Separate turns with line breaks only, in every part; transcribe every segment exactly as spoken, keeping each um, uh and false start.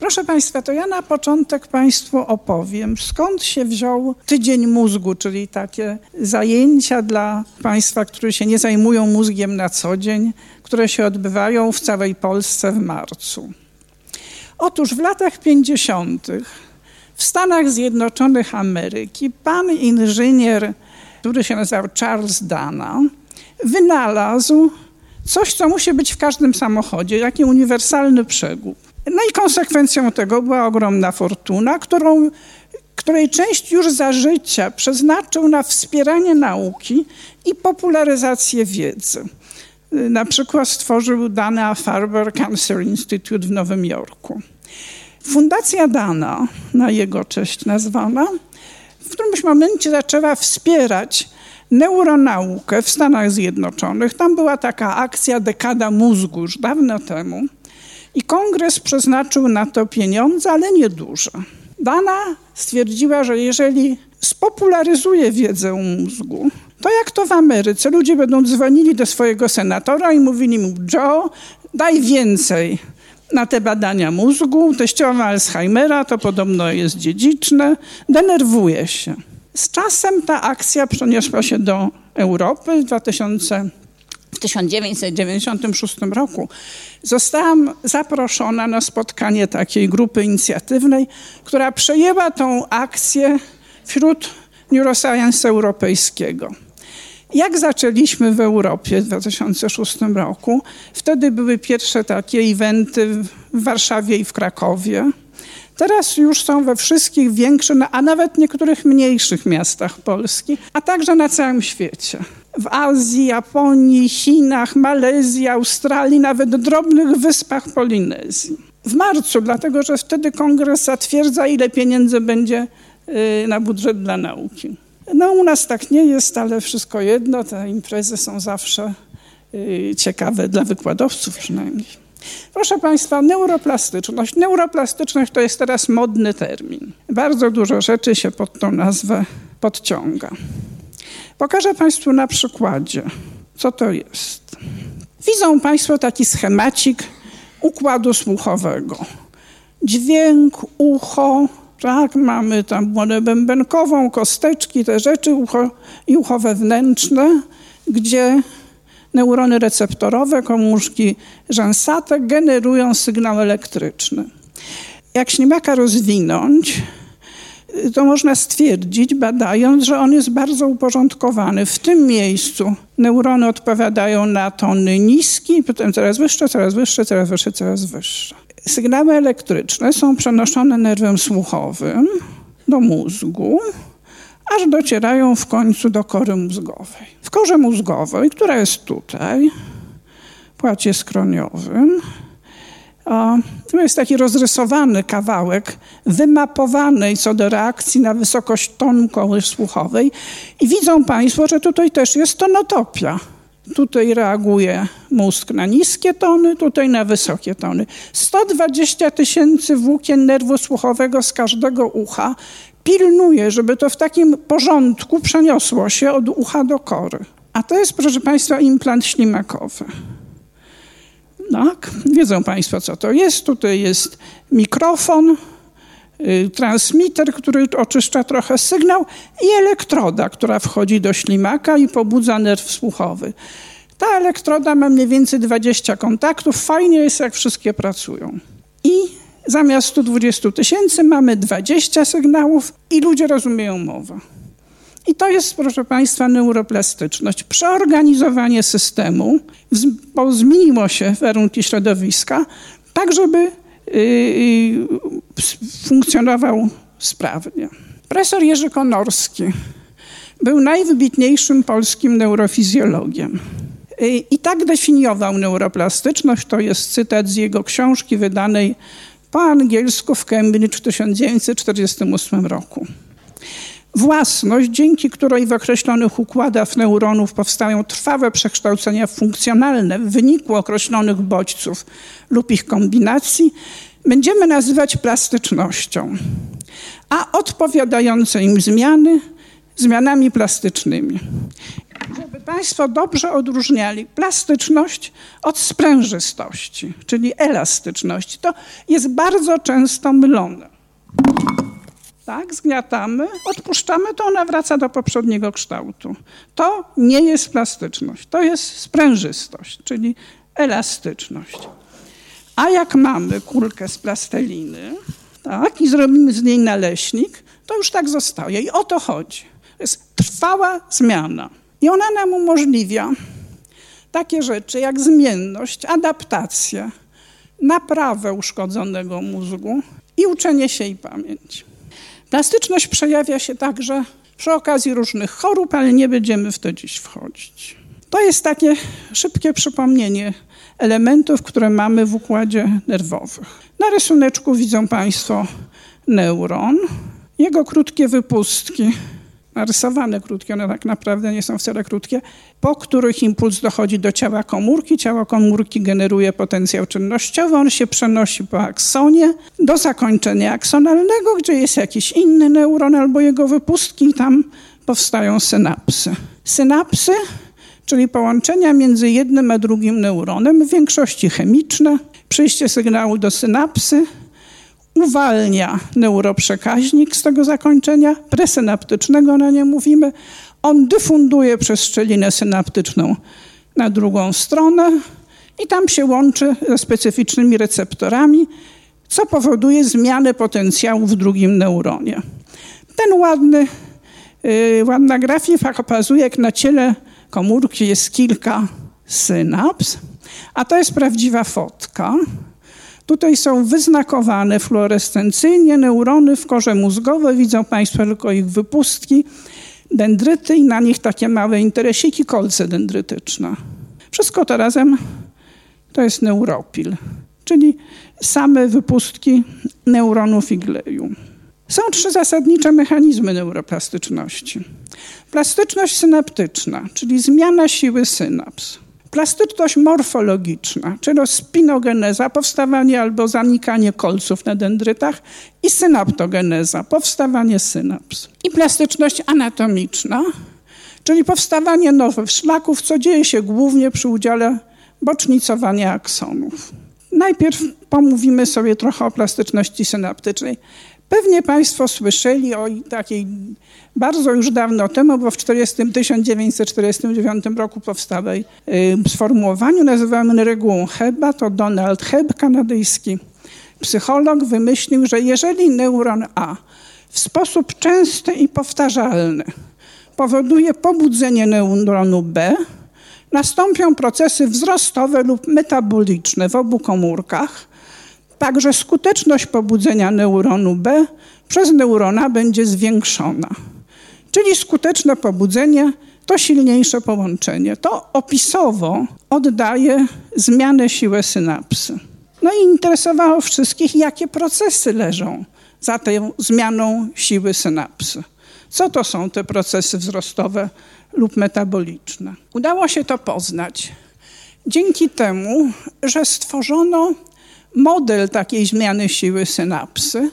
Proszę Państwa, to ja na początek Państwu opowiem, skąd się wziął Tydzień Mózgu, czyli takie zajęcia dla Państwa, którzy się nie zajmują mózgiem na co dzień, które się odbywają w całej Polsce w marcu. Otóż w latach pięćdziesiątych w Stanach Zjednoczonych Ameryki pan inżynier, który się nazywał Charles Dana, wynalazł coś, co musi być w każdym samochodzie, taki uniwersalny przegub. No i konsekwencją tego była ogromna fortuna, którą, której część już za życia przeznaczył na wspieranie nauki i popularyzację wiedzy. Na przykład stworzył Dana-Farber Cancer Institute w Nowym Jorku. Fundacja Dana, na jego cześć nazwana, w którymś momencie zaczęła wspierać neuronaukę w Stanach Zjednoczonych. Tam była taka akcja Dekada Mózgu już dawno temu i kongres przeznaczył na to pieniądze, ale nieduże. Dana stwierdziła, że jeżeli spopularyzuje wiedzę o mózgu, to jak to w Ameryce, ludzie będą dzwonili do swojego senatora i mówili mu: Joe, daj więcej na te badania mózgu, teściowa Alzheimera, to podobno jest dziedziczne, denerwuje się. Z czasem ta akcja przeniosła się do Europy. W, dwa tysiące, w tysiąc dziewięćset dziewięćdziesiątym szóstym roku zostałam zaproszona na spotkanie takiej grupy inicjatywnej, która przejęła tą akcję wśród neuroscience europejskiego. Jak zaczęliśmy w Europie w dwa tysiące szóstym roku, wtedy były pierwsze takie eventy w Warszawie i w Krakowie. Teraz już są we wszystkich większych, a nawet niektórych mniejszych miastach Polski, a także na całym świecie. W Azji, Japonii, Chinach, Malezji, Australii, nawet drobnych wyspach Polinezji. W marcu, dlatego że wtedy kongres zatwierdza, ile pieniędzy będzie na budżet dla nauki. No u nas tak nie jest, ale wszystko jedno, te imprezy są zawsze ciekawe dla wykładowców przynajmniej. Proszę Państwa, neuroplastyczność. Neuroplastyczność to jest teraz modny termin. Bardzo dużo rzeczy się pod tą nazwę podciąga. Pokażę Państwu na przykładzie, co to jest. Widzą Państwo taki schemacik układu słuchowego. Dźwięk, ucho, tak, mamy tam błonę bębenkową, kosteczki, te rzeczy, ucho i ucho wewnętrzne, gdzie neurony receptorowe, komórki rzęsate generują sygnał elektryczny. Jak ślimaka rozwinąć, to można stwierdzić, badając, że on jest bardzo uporządkowany. W tym miejscu neurony odpowiadają na tony niski, potem coraz wyższe, coraz wyższe, coraz wyższe, coraz wyższe. Sygnały elektryczne są przenoszone nerwem słuchowym do mózgu, aż docierają w końcu do kory mózgowej. W korze mózgowej, która jest tutaj, w płacie skroniowym, o, to jest taki rozrysowany kawałek wymapowanej co do reakcji na wysokość tonu kory słuchowej i widzą Państwo, że tutaj też jest tonotopia. Tutaj reaguje mózg na niskie tony, tutaj na wysokie tony. sto dwadzieścia tysięcy włókien nerwu słuchowego z każdego ucha pilnuje, żeby to w takim porządku przeniosło się od ucha do kory. A to jest, proszę Państwa, implant ślimakowy. Tak, wiedzą Państwo, co to jest. Tutaj jest mikrofon, y, transmitter, który oczyszcza trochę sygnał i elektroda, która wchodzi do ślimaka i pobudza nerw słuchowy. Ta elektroda ma mniej więcej dwadzieścia kontaktów. Fajnie jest, jak wszystkie pracują. I zamiast stu dwudziestu tysięcy mamy dwadzieścia sygnałów i ludzie rozumieją mowę. I to jest, proszę Państwa, neuroplastyczność. Przeorganizowanie systemu, bo zmieniło się warunki środowiska, tak żeby yy, funkcjonował sprawnie. Profesor Jerzy Konorski był najwybitniejszym polskim neurofizjologiem. Yy, I tak definiował neuroplastyczność. To jest cytat z jego książki wydanej po angielsku w Cambridge w tysiąc dziewięćset czterdziestym ósmym roku. Własność, dzięki której w określonych układach neuronów powstają trwałe przekształcenia funkcjonalne w wyniku określonych bodźców lub ich kombinacji, będziemy nazywać plastycznością, a odpowiadające im zmiany zmianami plastycznymi. Żeby Państwo dobrze odróżniali plastyczność od sprężystości, czyli elastyczności. To jest bardzo często mylone. Tak, zgniatamy, odpuszczamy, to ona wraca do poprzedniego kształtu. To nie jest plastyczność, to jest sprężystość, czyli elastyczność. A jak mamy kulkę z plasteliny, tak, i zrobimy z niej naleśnik, to już tak zostaje. I o to chodzi. To jest trwała zmiana. I ona nam umożliwia takie rzeczy jak zmienność, adaptację, naprawę uszkodzonego mózgu i uczenie się i pamięć. Plastyczność przejawia się także przy okazji różnych chorób, ale nie będziemy w to dziś wchodzić. To jest takie szybkie przypomnienie elementów, które mamy w układzie nerwowym. Na rysuneczku widzą Państwo neuron, jego krótkie wypustki, narysowane krótkie, one tak naprawdę nie są wcale krótkie, po których impuls dochodzi do ciała komórki. Ciało komórki generuje potencjał czynnościowy, on się przenosi po aksonie do zakończenia aksonalnego, gdzie jest jakiś inny neuron albo jego wypustki i tam powstają synapsy. Synapsy, czyli połączenia między jednym a drugim neuronem, w większości chemiczne. Przyjście sygnału do synapsy uwalnia neuroprzekaźnik z tego zakończenia presynaptycznego, na nie mówimy. On dyfunduje przez szczelinę synaptyczną na drugą stronę i tam się łączy ze specyficznymi receptorami, co powoduje zmianę potencjału w drugim neuronie. Ten ładny, yy, ładna grafika pokazuje, jak na ciele komórki jest kilka synaps, a to jest prawdziwa fotka. Tutaj są wyznakowane fluorescencyjnie neurony w korze mózgowej. Widzą Państwo tylko ich wypustki, dendryty i na nich takie małe interesiki, kolce dendrytyczne. Wszystko to razem to jest neuropil, czyli same wypustki neuronów i gleju. Są trzy zasadnicze mechanizmy neuroplastyczności. Plastyczność synaptyczna, czyli zmiana siły synaps. Plastyczność morfologiczna, czyli spinogeneza, powstawanie albo zanikanie kolców na dendrytach i synaptogeneza, powstawanie synaps. I plastyczność anatomiczna, czyli powstawanie nowych szlaków, co dzieje się głównie przy udziale bocznicowania aksonów. Najpierw pomówimy sobie trochę o plastyczności synaptycznej. Pewnie Państwo słyszeli o takiej bardzo już dawno temu, bo w tysiąc dziewięćset czterdziestym dziewiątym roku powstałej y, sformułowaniu, nazywamy regułą Hebba. To Donald Hebb, kanadyjski psycholog, wymyślił, że jeżeli neuron A w sposób częsty i powtarzalny powoduje pobudzenie neuronu B, nastąpią procesy wzrostowe lub metaboliczne w obu komórkach. Także skuteczność pobudzenia neuronu B przez neurona będzie zwiększona. Czyli skuteczne pobudzenie to silniejsze połączenie. To opisowo oddaje zmianę siły synapsy. No i interesowało wszystkich, jakie procesy leżą za tą zmianą siły synapsy. Co to są te procesy wzrostowe lub metaboliczne? Udało się to poznać dzięki temu, że stworzono model takiej zmiany siły synapsy,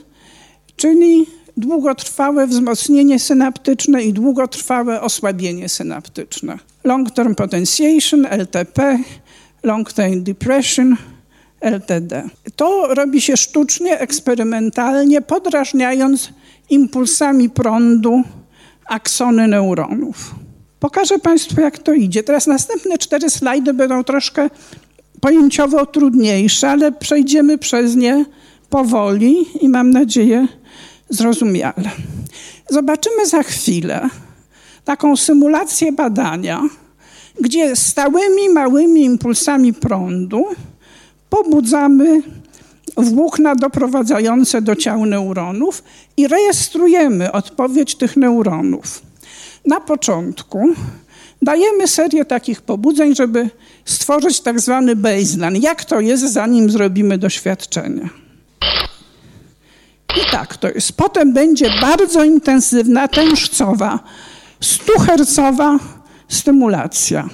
czyli długotrwałe wzmocnienie synaptyczne i długotrwałe osłabienie synaptyczne. Long-term potentiation, L T P, long-term depression, L T D. To robi się sztucznie, eksperymentalnie, podrażniając impulsami prądu aksony neuronów. Pokażę Państwu, jak to idzie. Teraz następne cztery slajdy będą troszkę pojęciowo trudniejsze, ale przejdziemy przez nie powoli i mam nadzieję zrozumiale. Zobaczymy za chwilę taką symulację badania, gdzie stałymi małymi impulsami prądu pobudzamy włókna doprowadzające do ciał neuronów i rejestrujemy odpowiedź tych neuronów. Na początku dajemy serię takich pobudzeń, żeby stworzyć tak zwany baseline. Jak to jest, zanim zrobimy doświadczenie. I tak to jest. Potem będzie bardzo intensywna, tężcowa, stuhercowa stymulacja.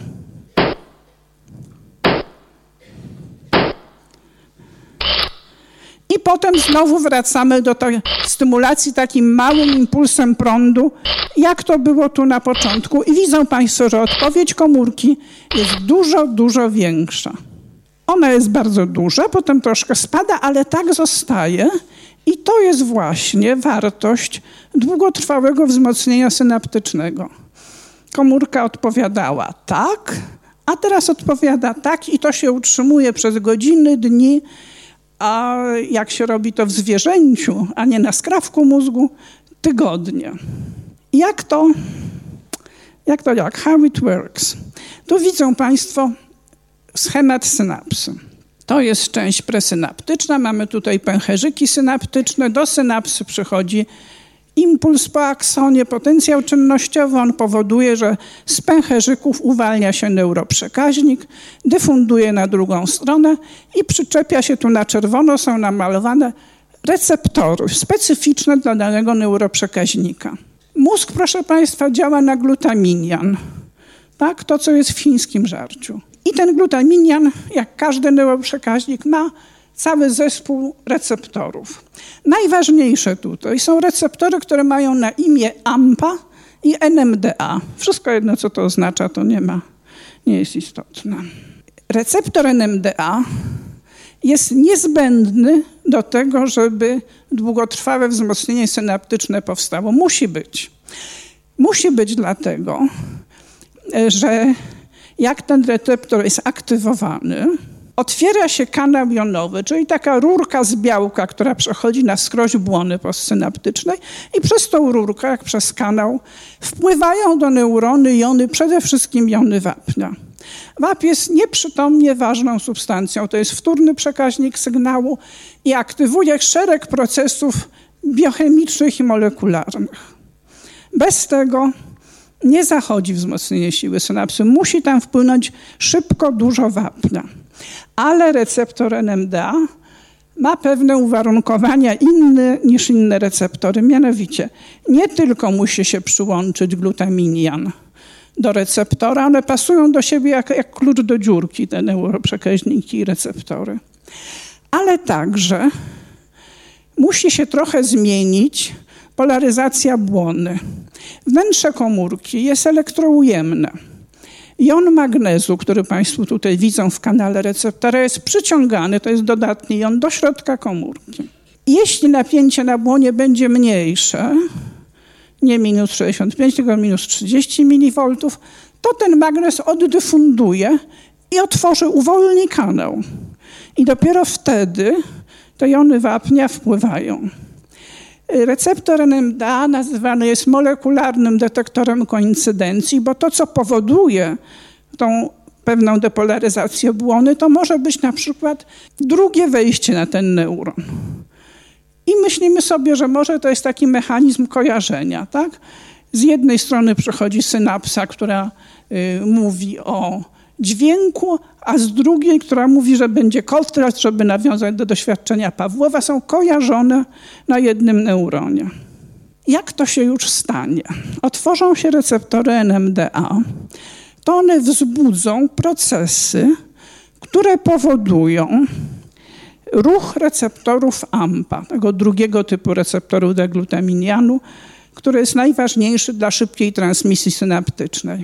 I potem potem znowu wracamy do tej stymulacji takim małym impulsem prądu, jak to było tu na początku. I widzą Państwo, że odpowiedź komórki jest dużo, dużo większa. Ona jest bardzo duża, potem troszkę spada, ale tak zostaje. I to jest właśnie wartość długotrwałego wzmocnienia synaptycznego. Komórka odpowiadała tak, a teraz odpowiada tak i to się utrzymuje przez godziny, dni, a jak się robi to w zwierzęciu, a nie na skrawku mózgu, tygodnie. Jak to, jak to jak? How it works? Tu widzą Państwo schemat synapsy. To jest część presynaptyczna, mamy tutaj pęcherzyki synaptyczne, do synapsy przychodzi impuls po aksonie, potencjał czynnościowy, on powoduje, że z pęcherzyków uwalnia się neuroprzekaźnik, dyfunduje na drugą stronę i przyczepia się tu na czerwono, są namalowane receptory specyficzne dla danego neuroprzekaźnika. Mózg, proszę Państwa, działa na glutaminian, tak? To, co jest w chińskim żarciu. I ten glutaminian, jak każdy neuroprzekaźnik, ma cały zespół receptorów. Najważniejsze tutaj są receptory, które mają na imię A M P A i N M D A. Wszystko jedno, co to oznacza, to nie ma, nie jest istotne. Receptor N M D A jest niezbędny do tego, żeby długotrwałe wzmocnienie synaptyczne powstało. Musi być. Musi być dlatego, że jak ten receptor jest aktywowany, otwiera się kanał jonowy, czyli taka rurka z białka, która przechodzi na wskroś błony postsynaptycznej i przez tą rurkę, jak przez kanał, wpływają do neurony jony, przede wszystkim jony wapnia. Wapń jest nieprzytomnie ważną substancją, to jest wtórny przekaźnik sygnału i aktywuje szereg procesów biochemicznych i molekularnych. Bez tego nie zachodzi wzmocnienie siły synapsy. Musi tam wpłynąć szybko dużo wapnia. Ale receptor N M D A ma pewne uwarunkowania inne niż inne receptory. Mianowicie nie tylko musi się przyłączyć glutaminian do receptora, one pasują do siebie jak, jak klucz do dziurki, te neuroprzekaźniki i receptory. Ale także musi się trochę zmienić polaryzacja błony. Wnętrze komórki jest elektroujemne. Jon magnezu, który Państwo tutaj widzą w kanale receptora, jest przyciągany, to jest dodatni jon, do środka komórki. Jeśli napięcie na błonie będzie mniejsze, nie minus sześćdziesiąt pięć, tylko minus trzydzieści miliwoltów, to ten magnez oddyfunduje i otworzy, uwolni kanał. I dopiero wtedy te jony wapnia wpływają. Receptor N M D A nazywany jest molekularnym detektorem koincydencji, bo to, co powoduje tą pewną depolaryzację błony, to może być na przykład drugie wejście na ten neuron. I myślimy sobie, że może to jest taki mechanizm kojarzenia, tak? Z jednej strony przychodzi synapsa, która y, mówi o dźwięku, a z drugiej, która mówi, że będzie kontrast, żeby nawiązać do doświadczenia Pawłowa, są kojarzone na jednym neuronie. Jak to się już stanie? Otworzą się receptory N M D A, to one wzbudzą procesy, które powodują ruch receptorów A M P A, tego drugiego typu receptoru deglutaminianu, który jest najważniejszy dla szybkiej transmisji synaptycznej.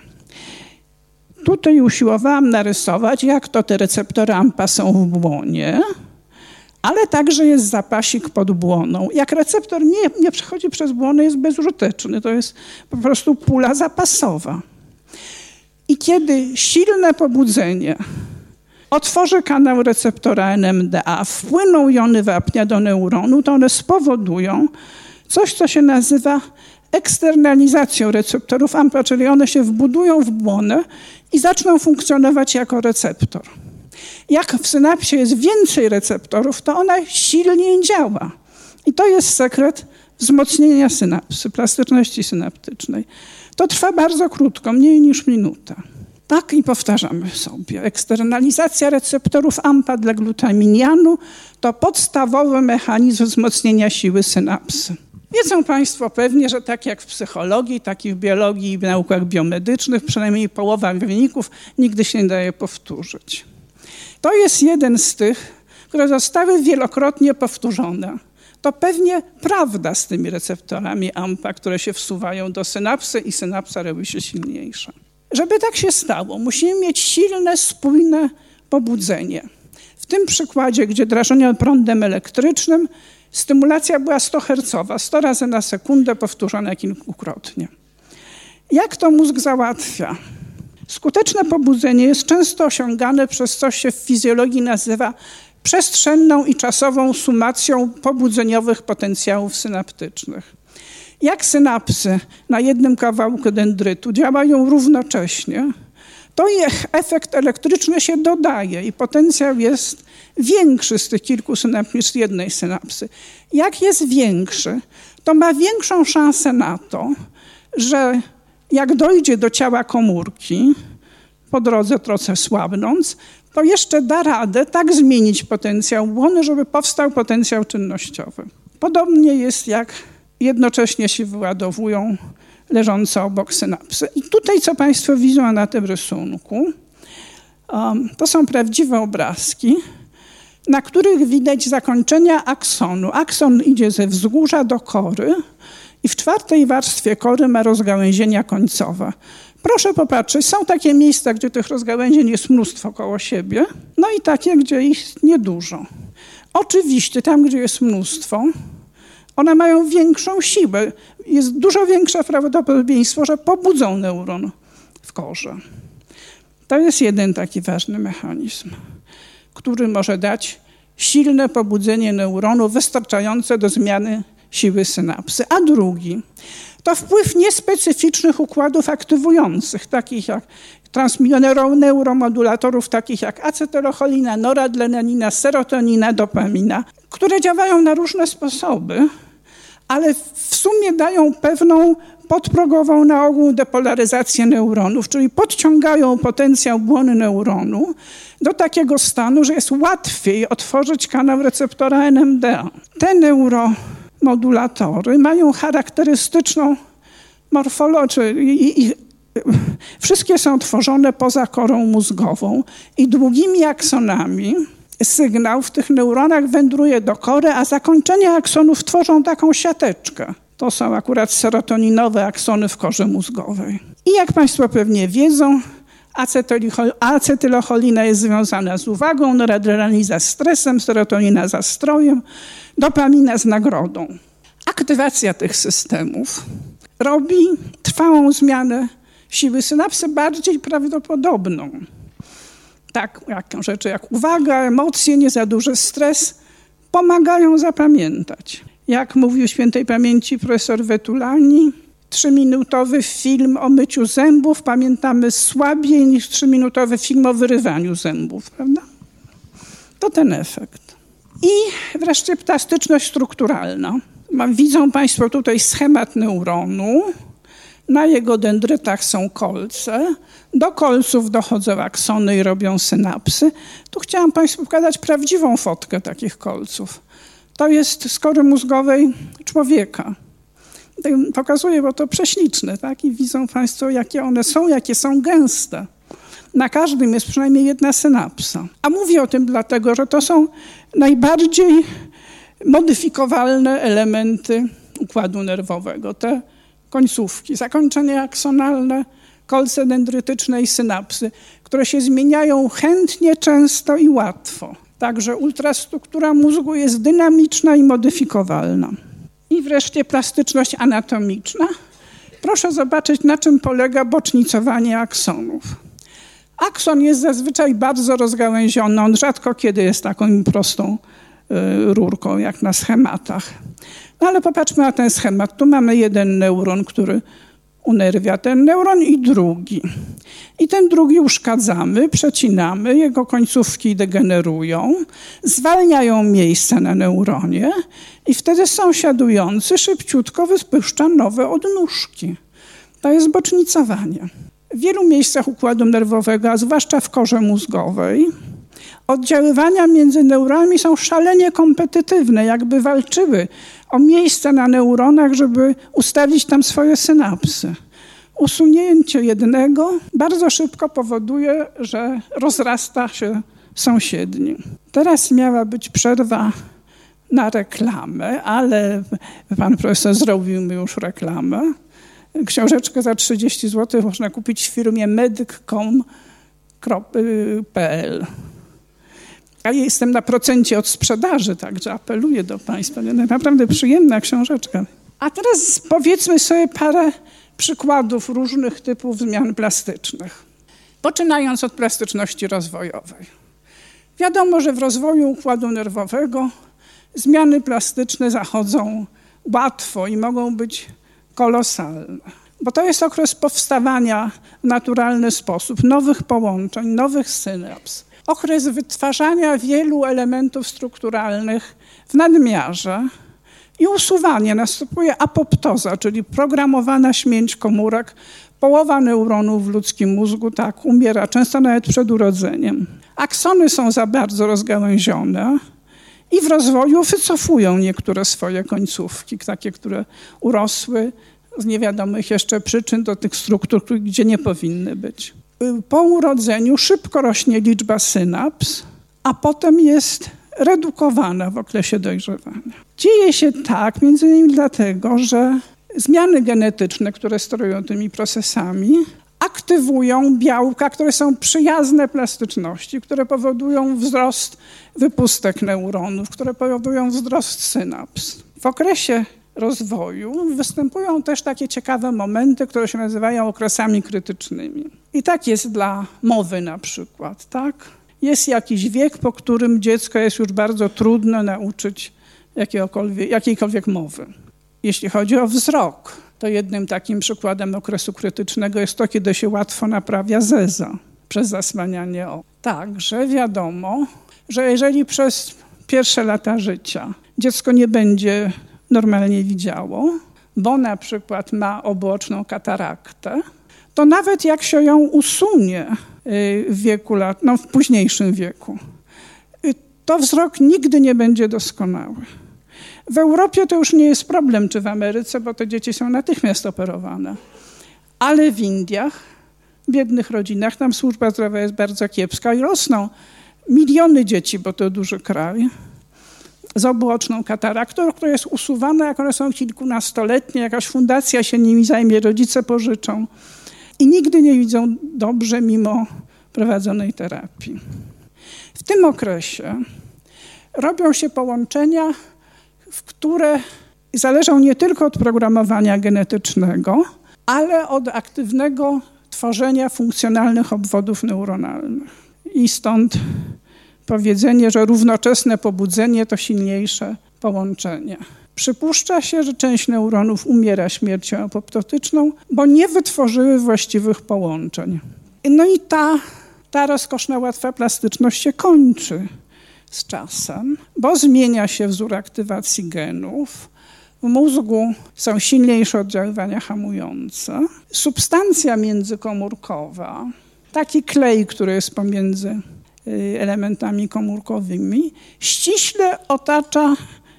Tutaj usiłowałam narysować, jak to te receptory A M P A są w błonie, ale także jest zapasik pod błoną. Jak receptor nie, nie przechodzi przez błonę, jest bezużyteczny. To jest po prostu pula zapasowa. I kiedy silne pobudzenie otworzy kanał receptora N M D A, wpłyną jony wapnia do neuronu, to one spowodują coś, co się nazywa eksternalizacją receptorów A M P A, czyli one się wbudują w błonę i zaczną funkcjonować jako receptor. Jak w synapsie jest więcej receptorów, to ona silniej działa. I to jest sekret wzmocnienia synapsy, plastyczności synaptycznej. To trwa bardzo krótko, mniej niż minuta. Tak i powtarzamy sobie. Eksternalizacja receptorów A M P A dla glutaminianu to podstawowy mechanizm wzmocnienia siły synapsy. Wiedzą Państwo pewnie, że tak jak w psychologii, tak i w biologii i w naukach biomedycznych, przynajmniej połowa wyników nigdy się nie daje powtórzyć. To jest jeden z tych które zostały wielokrotnie powtórzone. To pewnie prawda z tymi receptorami A M P A, które się wsuwają do synapsy i synapsa robi się silniejsza. Żeby tak się stało, musimy mieć silne, spójne pobudzenie. W tym przykładzie, gdzie drażniono prądem elektrycznym, stymulacja była sto hercowa, sto razy na sekundę powtórzona kilkukrotnie. Jak to mózg załatwia? Skuteczne pobudzenie jest często osiągane przez coś się w fizjologii nazywa przestrzenną i czasową sumacją pobudzeniowych potencjałów synaptycznych. Jak synapsy na jednym kawałku dendrytu działają równocześnie, to ich efekt elektryczny się dodaje i potencjał jest większy z tych kilku synaps niż z jednej synapsy. Jak jest większy, to ma większą szansę na to, że jak dojdzie do ciała komórki, po drodze trochę słabnąc, to jeszcze da radę tak zmienić potencjał błony, żeby powstał potencjał czynnościowy. Podobnie jest, jak jednocześnie się wyładowują leżące obok synapsy. I tutaj, co Państwo widzą na tym rysunku, um, to są prawdziwe obrazki, na których widać zakończenia aksonu. Akson idzie ze wzgórza do kory i w czwartej warstwie kory ma rozgałęzienia końcowe. Proszę popatrzeć, są takie miejsca, gdzie tych rozgałęzień jest mnóstwo koło siebie, no i takie, gdzie ich niedużo. Oczywiście tam, gdzie jest mnóstwo, one mają większą siłę. Jest dużo większe prawdopodobieństwo, że pobudzą neuron w korze. To jest jeden taki ważny mechanizm, który może dać silne pobudzenie neuronu wystarczające do zmiany siły synapsy. A drugi to wpływ niespecyficznych układów aktywujących, takich jak transneuromodulatów, takich jak acetylocholina, noradrenalina, serotonina, dopamina, które działają na różne sposoby, ale w sumie dają pewną podprogową na ogół depolaryzację neuronów, czyli podciągają potencjał błony neuronu do takiego stanu, że jest łatwiej otworzyć kanał receptora N M D A. Te neuromodulatory mają charakterystyczną morfologię i, i wszystkie są tworzone poza korą mózgową i długimi aksonami sygnał w tych neuronach wędruje do kory, a zakończenia aksonów tworzą taką siateczkę. To są akurat serotoninowe aksony w korze mózgowej. I jak Państwo pewnie wiedzą, acetylocholina jest związana z uwagą, noradrenalina z stresem, serotonina z nastrojem, dopamina z nagrodą. Aktywacja tych systemów robi trwałą zmianę siły synapsy bardziej prawdopodobną. Tak, jak rzeczy jak uwaga, emocje, nie za duży stres pomagają zapamiętać. Jak mówił świętej pamięci profesor Vetulani, trzyminutowy film o myciu zębów pamiętamy słabiej niż trzyminutowy film o wyrywaniu zębów, prawda? To ten efekt. I wreszcie plastyczność strukturalna. Widzą Państwo tutaj schemat neuronu. Na jego dendrytach są kolce. Do kolców dochodzą aksony i robią synapsy. Tu chciałam Państwu pokazać prawdziwą fotkę takich kolców. To jest z kory mózgowej człowieka. Pokazuję, bo to prześliczne, tak? I widzą Państwo, jakie one są, jakie są gęste. Na każdym jest przynajmniej jedna synapsa. A mówię o tym dlatego, że to są najbardziej modyfikowalne elementy układu nerwowego. Te końcówki, zakończenia aksonalne, kolce dendrytyczne i synapsy, które się zmieniają chętnie, często i łatwo. Także ultrastruktura mózgu jest dynamiczna i modyfikowalna. I wreszcie plastyczność anatomiczna. Proszę zobaczyć, na czym polega bocznicowanie aksonów. Akson jest zazwyczaj bardzo rozgałęziony, on rzadko kiedy jest taką prostą y, rurką, jak na schematach. No ale popatrzmy na ten schemat. Tu mamy jeden neuron, który unerwia ten neuron i drugi. I ten drugi uszkadzamy, przecinamy, jego końcówki degenerują, zwalniają miejsce na neuronie i wtedy sąsiadujący szybciutko wypuszcza nowe odnóżki. To jest bocznicowanie. W wielu miejscach układu nerwowego, a zwłaszcza w korze mózgowej, oddziaływania między neuronami są szalenie kompetytywne, jakby walczyły o miejsce na neuronach, żeby ustawić tam swoje synapsy. Usunięcie jednego bardzo szybko powoduje, że rozrasta się sąsiedni. Teraz miała być przerwa na reklamę, ale pan profesor zrobił mi już reklamę. Książeczkę za trzydzieści złotych można kupić w firmie medyk kropka com kropka p l. Ja jestem na procencie od sprzedaży, także apeluję do państwa. Naprawdę przyjemna książeczka. A teraz powiedzmy sobie parę przykładów różnych typów zmian plastycznych. Poczynając od plastyczności rozwojowej. Wiadomo, że w rozwoju układu nerwowego zmiany plastyczne zachodzą łatwo i mogą być kolosalne. Bo to jest okres powstawania w naturalny sposób nowych połączeń, nowych synaps. Okres wytwarzania wielu elementów strukturalnych w nadmiarze i usuwanie. Następuje apoptoza, czyli programowana śmierć komórek. Połowa neuronów w ludzkim mózgu tak umiera, często nawet przed urodzeniem. Aksony są za bardzo rozgałęzione i w rozwoju wycofują niektóre swoje końcówki, takie, które urosły z niewiadomych jeszcze przyczyn do tych struktur, gdzie nie powinny być. Po urodzeniu szybko rośnie liczba synaps, a potem jest redukowana w okresie dojrzewania. Dzieje się tak między innymi dlatego, że zmiany genetyczne, które sterują tymi procesami, aktywują białka, które są przyjazne plastyczności, które powodują wzrost wypustek neuronów, które powodują wzrost synaps. W okresie rozwoju występują też takie ciekawe momenty, które się nazywają okresami krytycznymi. I tak jest dla mowy na przykład, tak? Jest jakiś wiek, po którym dziecko jest już bardzo trudno nauczyć jakiejkolwiek mowy. Jeśli chodzi o wzrok, to jednym takim przykładem okresu krytycznego jest to, kiedy się łatwo naprawia zeza przez zasłanianie oczu. Także wiadomo, że jeżeli przez pierwsze lata życia dziecko nie będzie normalnie widziało, bo na przykład ma obooczną kataraktę, to nawet jak się ją usunie w wieku lat, no w późniejszym wieku, to wzrok nigdy nie będzie doskonały. W Europie to już nie jest problem, czy w Ameryce, bo te dzieci są natychmiast operowane. Ale w Indiach, w biednych rodzinach, tam służba zdrowia jest bardzo kiepska i rosną miliony dzieci, bo to duży kraj, z obooczną kataraktą, która jest usuwana, jak one są kilkunastoletnie, jakaś fundacja się nimi zajmie, rodzice pożyczą i nigdy nie widzą dobrze mimo prowadzonej terapii. W tym okresie robią się połączenia, w które zależą nie tylko od programowania genetycznego, ale od aktywnego tworzenia funkcjonalnych obwodów neuronalnych. I stąd powiedzenie, że równoczesne pobudzenie to silniejsze połączenie. Przypuszcza się, że część neuronów umiera śmiercią apoptotyczną, bo nie wytworzyły właściwych połączeń. No i ta, ta rozkoszna, łatwa plastyczność się kończy z czasem, bo zmienia się wzór aktywacji genów. W mózgu są silniejsze oddziaływania hamujące. Substancja międzykomórkowa, taki klej, który jest pomiędzy elementami komórkowymi, ściśle otacza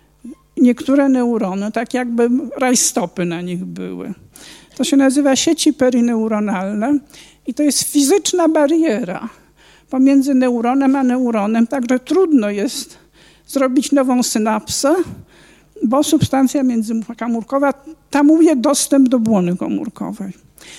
niektóre neurony, tak jakby rajstopy na nich były. To się nazywa sieci perineuronalne i to jest fizyczna bariera pomiędzy neuronem a neuronem, także trudno jest zrobić nową synapsę, bo substancja międzykomórkowa tamuje dostęp do błony komórkowej.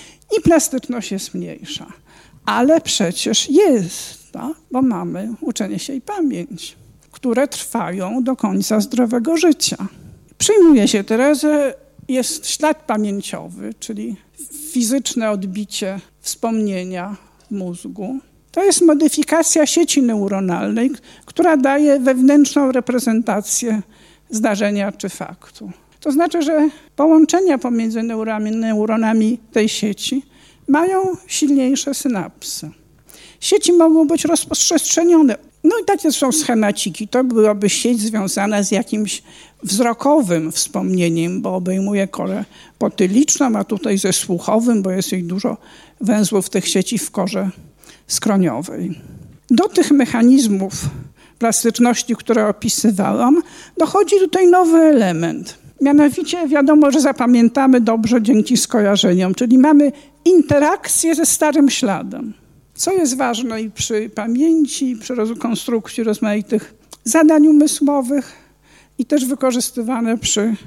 I plastyczność jest mniejsza. Ale przecież jest, tak? Bo mamy uczenie się i pamięć, które trwają do końca zdrowego życia. Przyjmuje się teraz, że jest ślad pamięciowy, czyli fizyczne odbicie wspomnienia w mózgu. To jest modyfikacja sieci neuronalnej, która daje wewnętrzną reprezentację zdarzenia czy faktu. To znaczy, że połączenia pomiędzy neuronami, neuronami tej sieci mają silniejsze synapsy. Sieci mogą być rozprzestrzenione. No i takie są schemaciki. To byłaby sieć związana z jakimś wzrokowym wspomnieniem, bo obejmuje korę potyliczną, a tutaj ze słuchowym, bo jest ich dużo węzłów tych sieci w korze skroniowej. Do tych mechanizmów plastyczności, które opisywałam, dochodzi tutaj nowy element. Mianowicie wiadomo, że zapamiętamy dobrze dzięki skojarzeniom, czyli mamy interakcję ze starym śladem. co jest ważne i przy pamięci, i przy rekonstrukcji rozmaitych zadań umysłowych i też wykorzystywane przy y,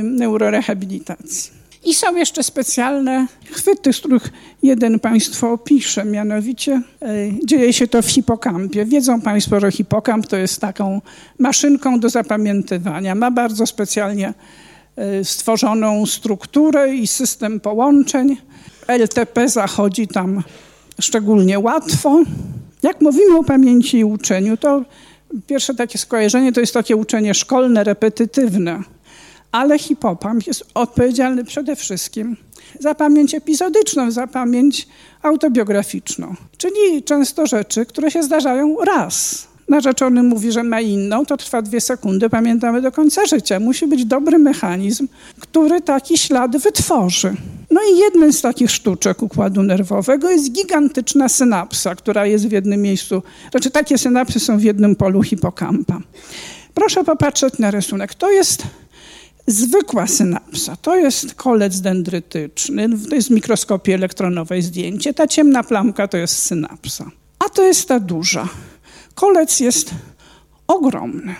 neurorehabilitacji. I są jeszcze specjalne chwyty, z których jeden Państwo opisze, mianowicie y, dzieje się to w hipokampie. Wiedzą Państwo, że hipokamp to jest taką maszynką do zapamiętywania. Ma bardzo specjalnie y, stworzoną strukturę i system połączeń. L T P zachodzi tam szczególnie łatwo. Jak mówimy o pamięci i uczeniu, to pierwsze takie skojarzenie to jest takie uczenie szkolne, repetytywne. Ale hipokamp jest odpowiedzialny przede wszystkim za pamięć epizodyczną, za pamięć autobiograficzną. Czyli często rzeczy, które się zdarzają raz. Narzeczony mówi, że ma inną, to trwa dwie sekundy, pamiętamy do końca życia. Musi być dobry mechanizm, który taki ślad wytworzy. No i jednym z takich sztuczek układu nerwowego jest gigantyczna synapsa, która jest w jednym miejscu. Znaczy takie synapsy są w jednym polu hipokampa. Proszę popatrzeć na rysunek. To jest zwykła synapsa, to jest kolec dendrytyczny, to jest w mikroskopie elektronowej zdjęcie. Ta ciemna plamka to jest synapsa, a to jest ta duża. Kolec jest ogromny,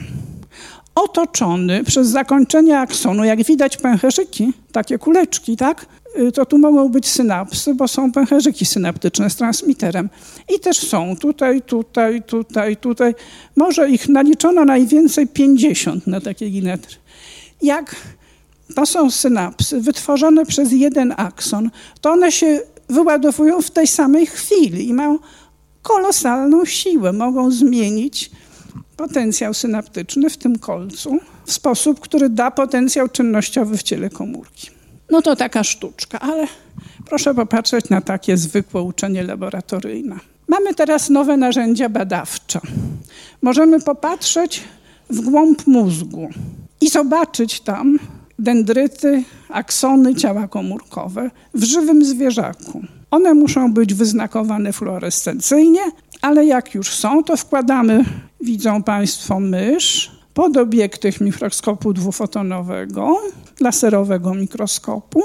otoczony przez zakończenie aksonu. Jak widać pęcherzyki, takie kuleczki, tak? To tu mogą być synapsy, bo są pęcherzyki synaptyczne z transmiterem. I też są tutaj, tutaj, tutaj, tutaj. Może ich naliczono najwięcej pięćdziesiąt na takie ginetry. Jak to są synapsy wytworzone przez jeden akson, to one się wyładowują w tej samej chwili i mają kolosalną siłę. Mogą zmienić potencjał synaptyczny w tym kolcu w sposób, który da potencjał czynnościowy w ciele komórki. No to taka sztuczka, ale proszę popatrzeć na takie zwykłe uczenie laboratoryjne. Mamy teraz nowe narzędzia badawcze. Możemy popatrzeć w głąb mózgu i zobaczyć tam dendryty, aksony, ciała komórkowe w żywym zwierzaku. One muszą być wyznakowane fluorescencyjnie, ale jak już są, to wkładamy, widzą Państwo, mysz pod obiektyw mikroskopu dwufotonowego, laserowego mikroskopu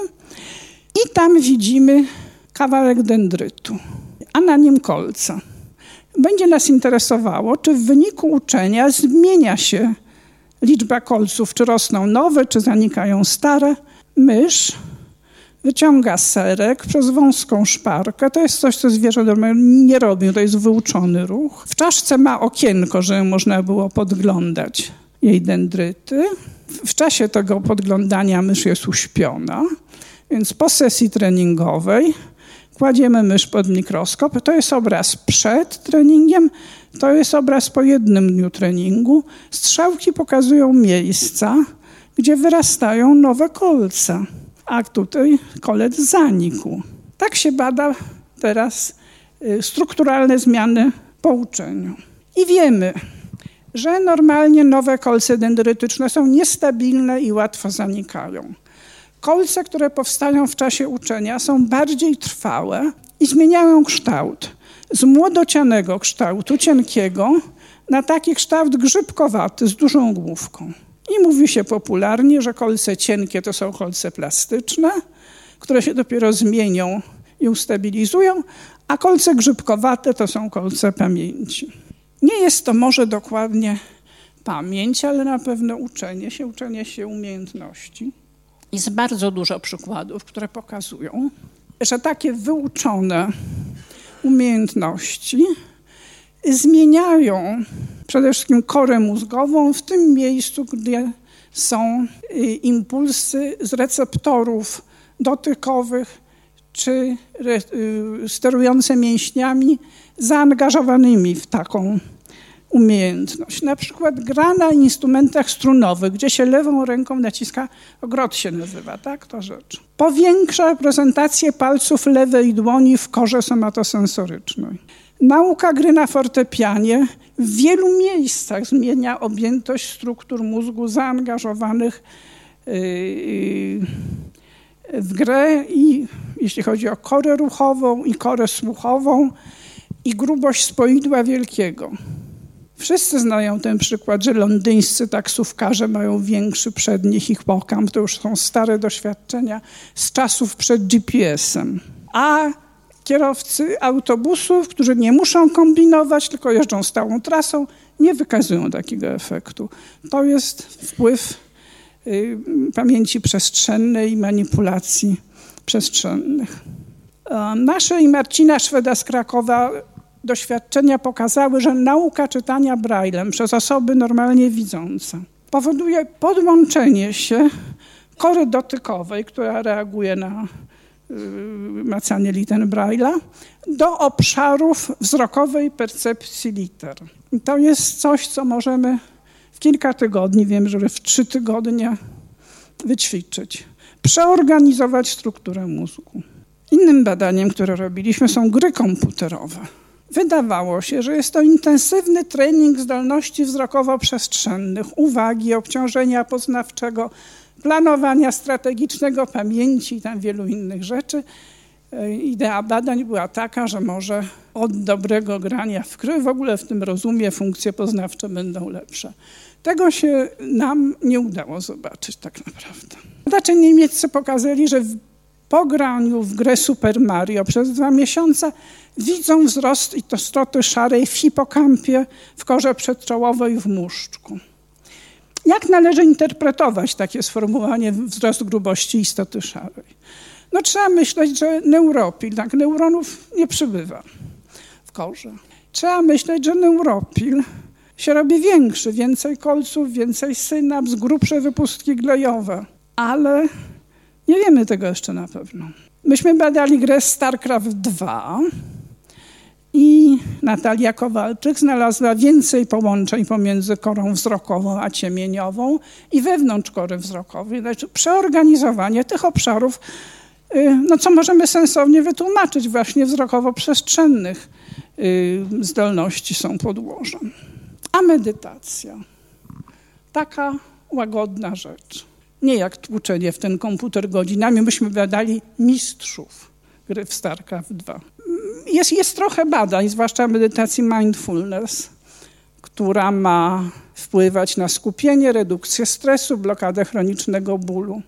i tam widzimy kawałek dendrytu, a na nim kolca. Będzie nas interesowało, czy w wyniku uczenia zmienia się liczba kolców, czy rosną nowe, czy zanikają stare. Mysz wyciąga serek przez wąską szparkę. To jest coś, co zwierzę nie robi, to jest wyuczony ruch. W czaszce ma okienko, żeby można było podglądać jej dendryty. W czasie tego podglądania mysz jest uśpiona, więc po sesji treningowej kładziemy mysz pod mikroskop. To jest obraz przed treningiem, to jest obraz po jednym dniu treningu. Strzałki pokazują miejsca, gdzie wyrastają nowe kolce, a tutaj kolec zanikł. Tak się bada teraz strukturalne zmiany po uczeniu. I wiemy, że normalnie nowe kolce dendrytyczne są niestabilne i łatwo zanikają. Kolce, które powstają w czasie uczenia, są bardziej trwałe i zmieniają kształt z młodocianego kształtu, cienkiego, na taki kształt grzybkowaty z dużą główką. I mówi się popularnie, że kolce cienkie to są kolce plastyczne, które się dopiero zmienią i ustabilizują, a kolce grzybkowate to są kolce pamięci. Nie jest to może dokładnie pamięć, ale na pewno uczenie się, uczenie się umiejętności. Jest bardzo dużo przykładów, które pokazują, że takie wyuczone umiejętności zmieniają przede wszystkim korę mózgową w tym miejscu, gdzie są impulsy z receptorów dotykowych czy sterujące mięśniami zaangażowanymi w taką umiejętność. Na przykład gra na instrumentach strunowych, gdzie się lewą ręką naciska, grot się nazywa, tak? To rzecz. Powiększa prezentację palców lewej dłoni w korze somatosensorycznej. Nauka gry na fortepianie w wielu miejscach zmienia objętość struktur mózgu zaangażowanych w grę i jeśli chodzi o korę ruchową i korę słuchową i grubość spoidła wielkiego. Wszyscy znają ten przykład, że londyńscy taksówkarze mają większy przedni hipokamp. To już są stare doświadczenia z czasów przed G P S-em. A Kierowcy autobusów, którzy nie muszą kombinować, tylko jeżdżą stałą trasą, nie wykazują takiego efektu. To jest wpływ y, pamięci przestrzennej i manipulacji przestrzennych. Y, nasze i Marcina Szweda z Krakowa doświadczenia pokazały, że nauka czytania Braillem przez osoby normalnie widzące powoduje podłączenie się kory dotykowej, która reaguje na macanie liter Braille'a, do obszarów wzrokowej percepcji liter. I to jest coś, co możemy w kilka tygodni, wiem, że w trzy tygodnie wyćwiczyć. Przeorganizować strukturę mózgu. Innym badaniem, które robiliśmy, są gry komputerowe. Wydawało się, że jest to intensywny trening zdolności wzrokowo-przestrzennych, uwagi, obciążenia poznawczego, planowania strategicznego, pamięci i tam wielu innych rzeczy. Idea badań była taka, że może od dobrego grania w gry w ogóle w tym rozumie funkcje poznawcze będą lepsze. Tego się nam nie udało zobaczyć tak naprawdę. Badacze niemieccy pokazali, że po graniu w grę Super Mario przez dwa miesiące widzą wzrost istoty szarej w hipokampie, w korze przedczołowej, w mózgu. Jak należy interpretować takie sformułowanie wzrost grubości istoty szarej? No trzeba myśleć, że neuropil, tak, neuronów nie przybywa w korze. Trzeba myśleć, że neuropil się robi większy, więcej kolców, więcej synaps, grubsze wypustki glejowe, ale nie wiemy tego jeszcze na pewno. Myśmy badali grę StarCraft dwa i Natalia Kowalczyk znalazła więcej połączeń pomiędzy korą wzrokową a ciemieniową i wewnątrz kory wzrokowej. Znaczy przeorganizowanie tych obszarów, no co możemy sensownie wytłumaczyć, właśnie wzrokowo-przestrzennych zdolności są podłożem. A medytacja, taka łagodna rzecz. Nie jak tłuczenie w ten komputer godzinami, myśmy badali mistrzów gry w StarCraft dwa. Jest, jest trochę badań, zwłaszcza medytacji mindfulness, która ma wpływać na skupienie, redukcję stresu, blokadę chronicznego bólu.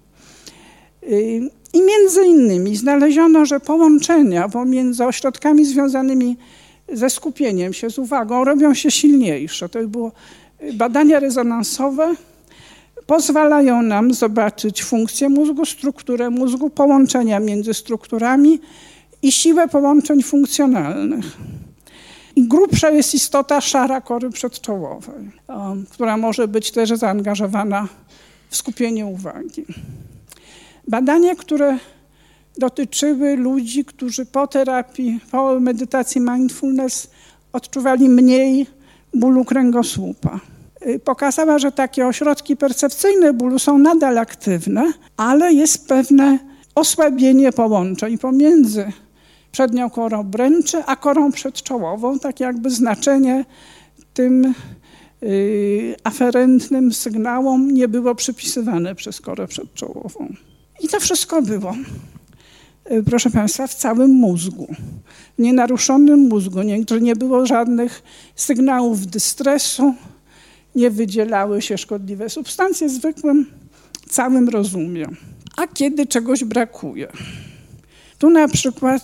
I między innymi znaleziono, że połączenia pomiędzy ośrodkami związanymi ze skupieniem się, z uwagą, robią się silniejsze. To było badania rezonansowe, pozwalają nam zobaczyć funkcję mózgu, strukturę mózgu, połączenia między strukturami i siłę połączeń funkcjonalnych. I grubsza jest istota szara kory przedczołowej, która może być też zaangażowana w skupienie uwagi. Badania, które dotyczyły ludzi, którzy po terapii, po medytacji mindfulness odczuwali mniej bólu kręgosłupa. Pokazała, że takie ośrodki percepcyjne bólu są nadal aktywne, ale jest pewne osłabienie połączeń pomiędzy przednią korą obręczy a korą przedczołową, tak jakby znaczenie tym yy, aferentnym sygnałom nie było przypisywane przez korę przedczołową. I to wszystko było, yy, proszę Państwa, w całym mózgu, w nienaruszonym mózgu, nie, że nie było żadnych sygnałów dystresu, nie wydzielały się szkodliwe substancje w zwykłym, całym rozumie. A kiedy czegoś brakuje? Tu na przykład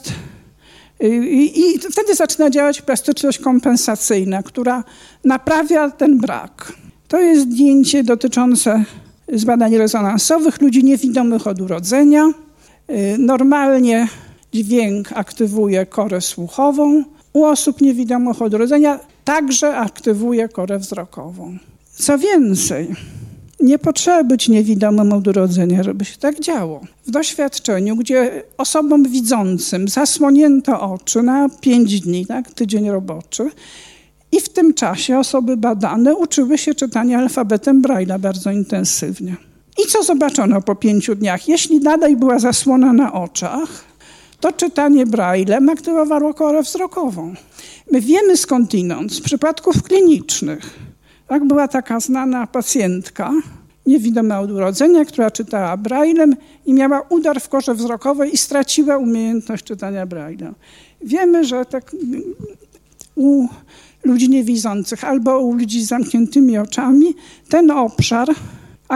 i, i wtedy zaczyna działać plastyczność kompensacyjna, która naprawia ten brak. To jest zdjęcie dotyczące z badań rezonansowych ludzi niewidomych od urodzenia. Normalnie dźwięk aktywuje korę słuchową. U osób niewidomych od urodzenia także aktywuje korę wzrokową. Co więcej, nie trzeba być niewidomym od urodzenia, żeby się tak działo. W doświadczeniu, gdzie osobom widzącym zasłonięto oczy na pięć dni, tak, tydzień roboczy, i w tym czasie osoby badane uczyły się czytania alfabetem Braille'a bardzo intensywnie. I co zobaczono po pięciu dniach? Jeśli nadal była zasłona na oczach, to czytanie Braille'em aktywowało korę wzrokową. My wiemy skądinąd, z przypadków klinicznych, tak, była taka znana pacjentka, niewidoma od urodzenia, która czytała Braille'em i miała udar w korze wzrokowej i straciła umiejętność czytania Braille'a. Wiemy, że tak u ludzi niewidzących albo u ludzi z zamkniętymi oczami ten obszar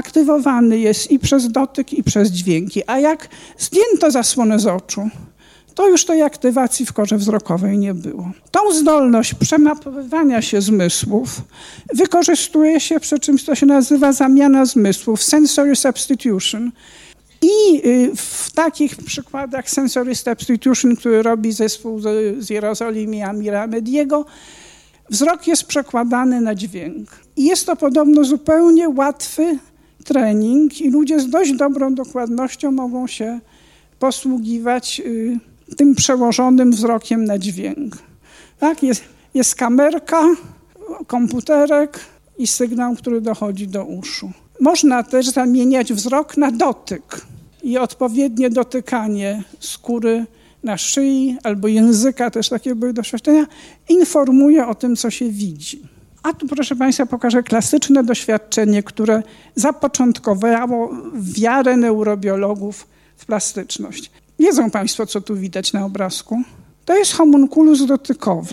aktywowany jest i przez dotyk, i przez dźwięki. A jak zdjęto zasłonę z oczu, to już tej aktywacji w korze wzrokowej nie było. Tą zdolność przemapowywania się zmysłów wykorzystuje się przy czymś, co się nazywa zamiana zmysłów, sensory substitution. I w takich przykładach sensory substitution, który robi zespół z Jerozolimy Amira Mediego, wzrok jest przekładany na dźwięk. I jest to podobno zupełnie łatwy trening i ludzie z dość dobrą dokładnością mogą się posługiwać tym przełożonym wzrokiem na dźwięk. Tak? Jest, jest kamerka, komputerek i sygnał, który dochodzi do uszu. Można też zamieniać wzrok na dotyk i odpowiednie dotykanie skóry na szyi albo języka, też takie były doświadczenia, informuje o tym, co się widzi. A tu, proszę Państwa, pokażę klasyczne doświadczenie, które zapoczątkowało wiarę neurobiologów w plastyczność. Wiedzą Państwo, co tu widać na obrazku? To jest homunculus dotykowy.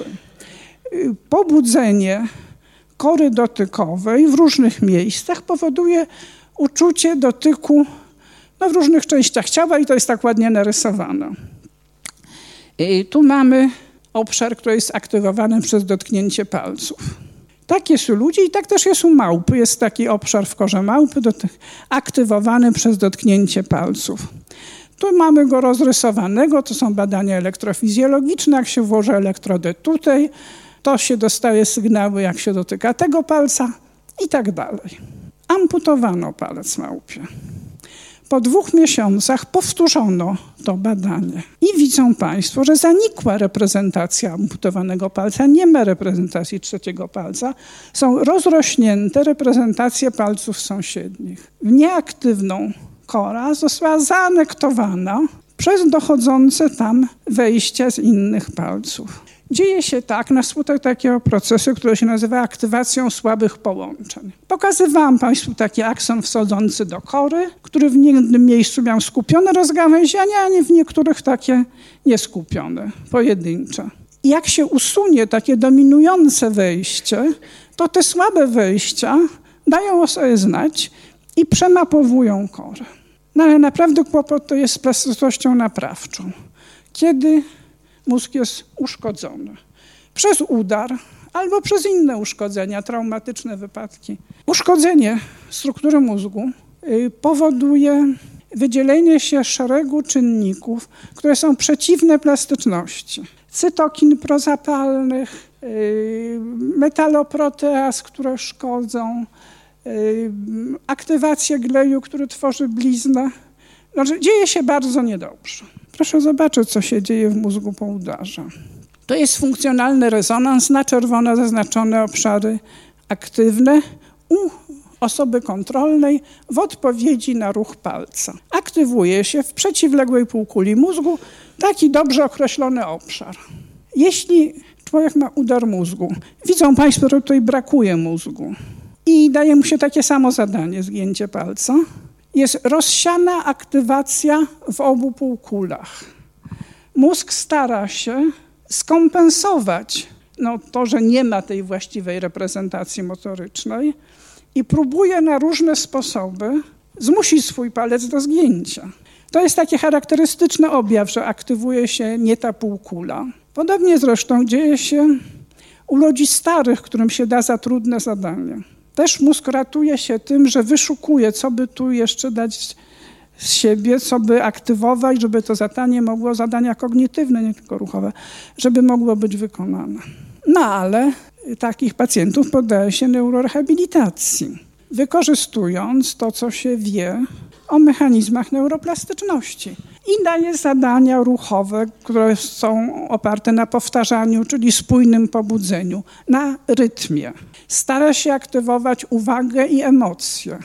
Pobudzenie kory dotykowej w różnych miejscach powoduje uczucie dotyku no, w różnych częściach ciała i to jest tak ładnie narysowane. I tu mamy obszar, który jest aktywowany przez dotknięcie palców. Tak jest u ludzi i tak też jest u małpy. Jest taki obszar w korze małpy aktywowany przez dotknięcie palców. Tu mamy go rozrysowanego, to są badania elektrofizjologiczne. Jak się włoży elektrodę tutaj, to się dostaje sygnały, jak się dotyka tego palca i tak dalej. Amputowano palec małpie. Po dwóch miesiącach powtórzono to badanie. I widzą Państwo, że zanikła reprezentacja amputowanego palca, nie ma reprezentacji trzeciego palca, są rozrośnięte reprezentacje palców sąsiednich. W nieaktywną kora została zaanektowana przez dochodzące tam wejścia z innych palców. Dzieje się tak na skutek takiego procesu, który się nazywa aktywacją słabych połączeń. Pokazywałam Państwu taki akson wschodzący do kory, który w jednym miejscu miał skupione rozgałęzienia, a nie w niektórych takie nieskupione, pojedyncze. I jak się usunie takie dominujące wejście, to te słabe wejścia dają o sobie znać i przemapowują korę. No ale naprawdę kłopot to jest z plastycznością naprawczą. Kiedy mózg jest uszkodzony przez udar albo przez inne uszkodzenia, traumatyczne wypadki. Uszkodzenie struktury mózgu powoduje wydzielenie się szeregu czynników, które są przeciwne plastyczności. Cytokin prozapalnych, metaloproteaz, które szkodzą, aktywację gleju, który tworzy bliznę. Znaczy, dzieje się bardzo niedobrze. Proszę zobaczyć, co się dzieje w mózgu po udarze. To jest funkcjonalny rezonans, na czerwono zaznaczone obszary aktywne u osoby kontrolnej w odpowiedzi na ruch palca. Aktywuje się w przeciwległej półkuli mózgu taki dobrze określony obszar. Jeśli człowiek ma udar mózgu, widzą Państwo, że tutaj brakuje mózgu i daje mu się takie samo zadanie, zgięcie palca, jest rozsiana aktywacja w obu półkulach. Mózg stara się skompensować no, to, że nie ma tej właściwej reprezentacji motorycznej i próbuje na różne sposoby zmusić swój palec do zgięcia. To jest taki charakterystyczny objaw, że aktywuje się nie ta półkula. Podobnie zresztą dzieje się u ludzi starych, którym się da za trudne zadanie. Też mózg ratuje się tym, że wyszukuje, co by tu jeszcze dać z siebie, co by aktywować, żeby to zadanie mogło, zadania kognitywne, nie tylko ruchowe, żeby mogło być wykonane. No ale takich pacjentów poddaje się neurorehabilitacji, wykorzystując to, co się wie o mechanizmach neuroplastyczności. I daje zadania ruchowe, które są oparte na powtarzaniu, czyli spójnym pobudzeniu, na rytmie. Stara się aktywować uwagę i emocje.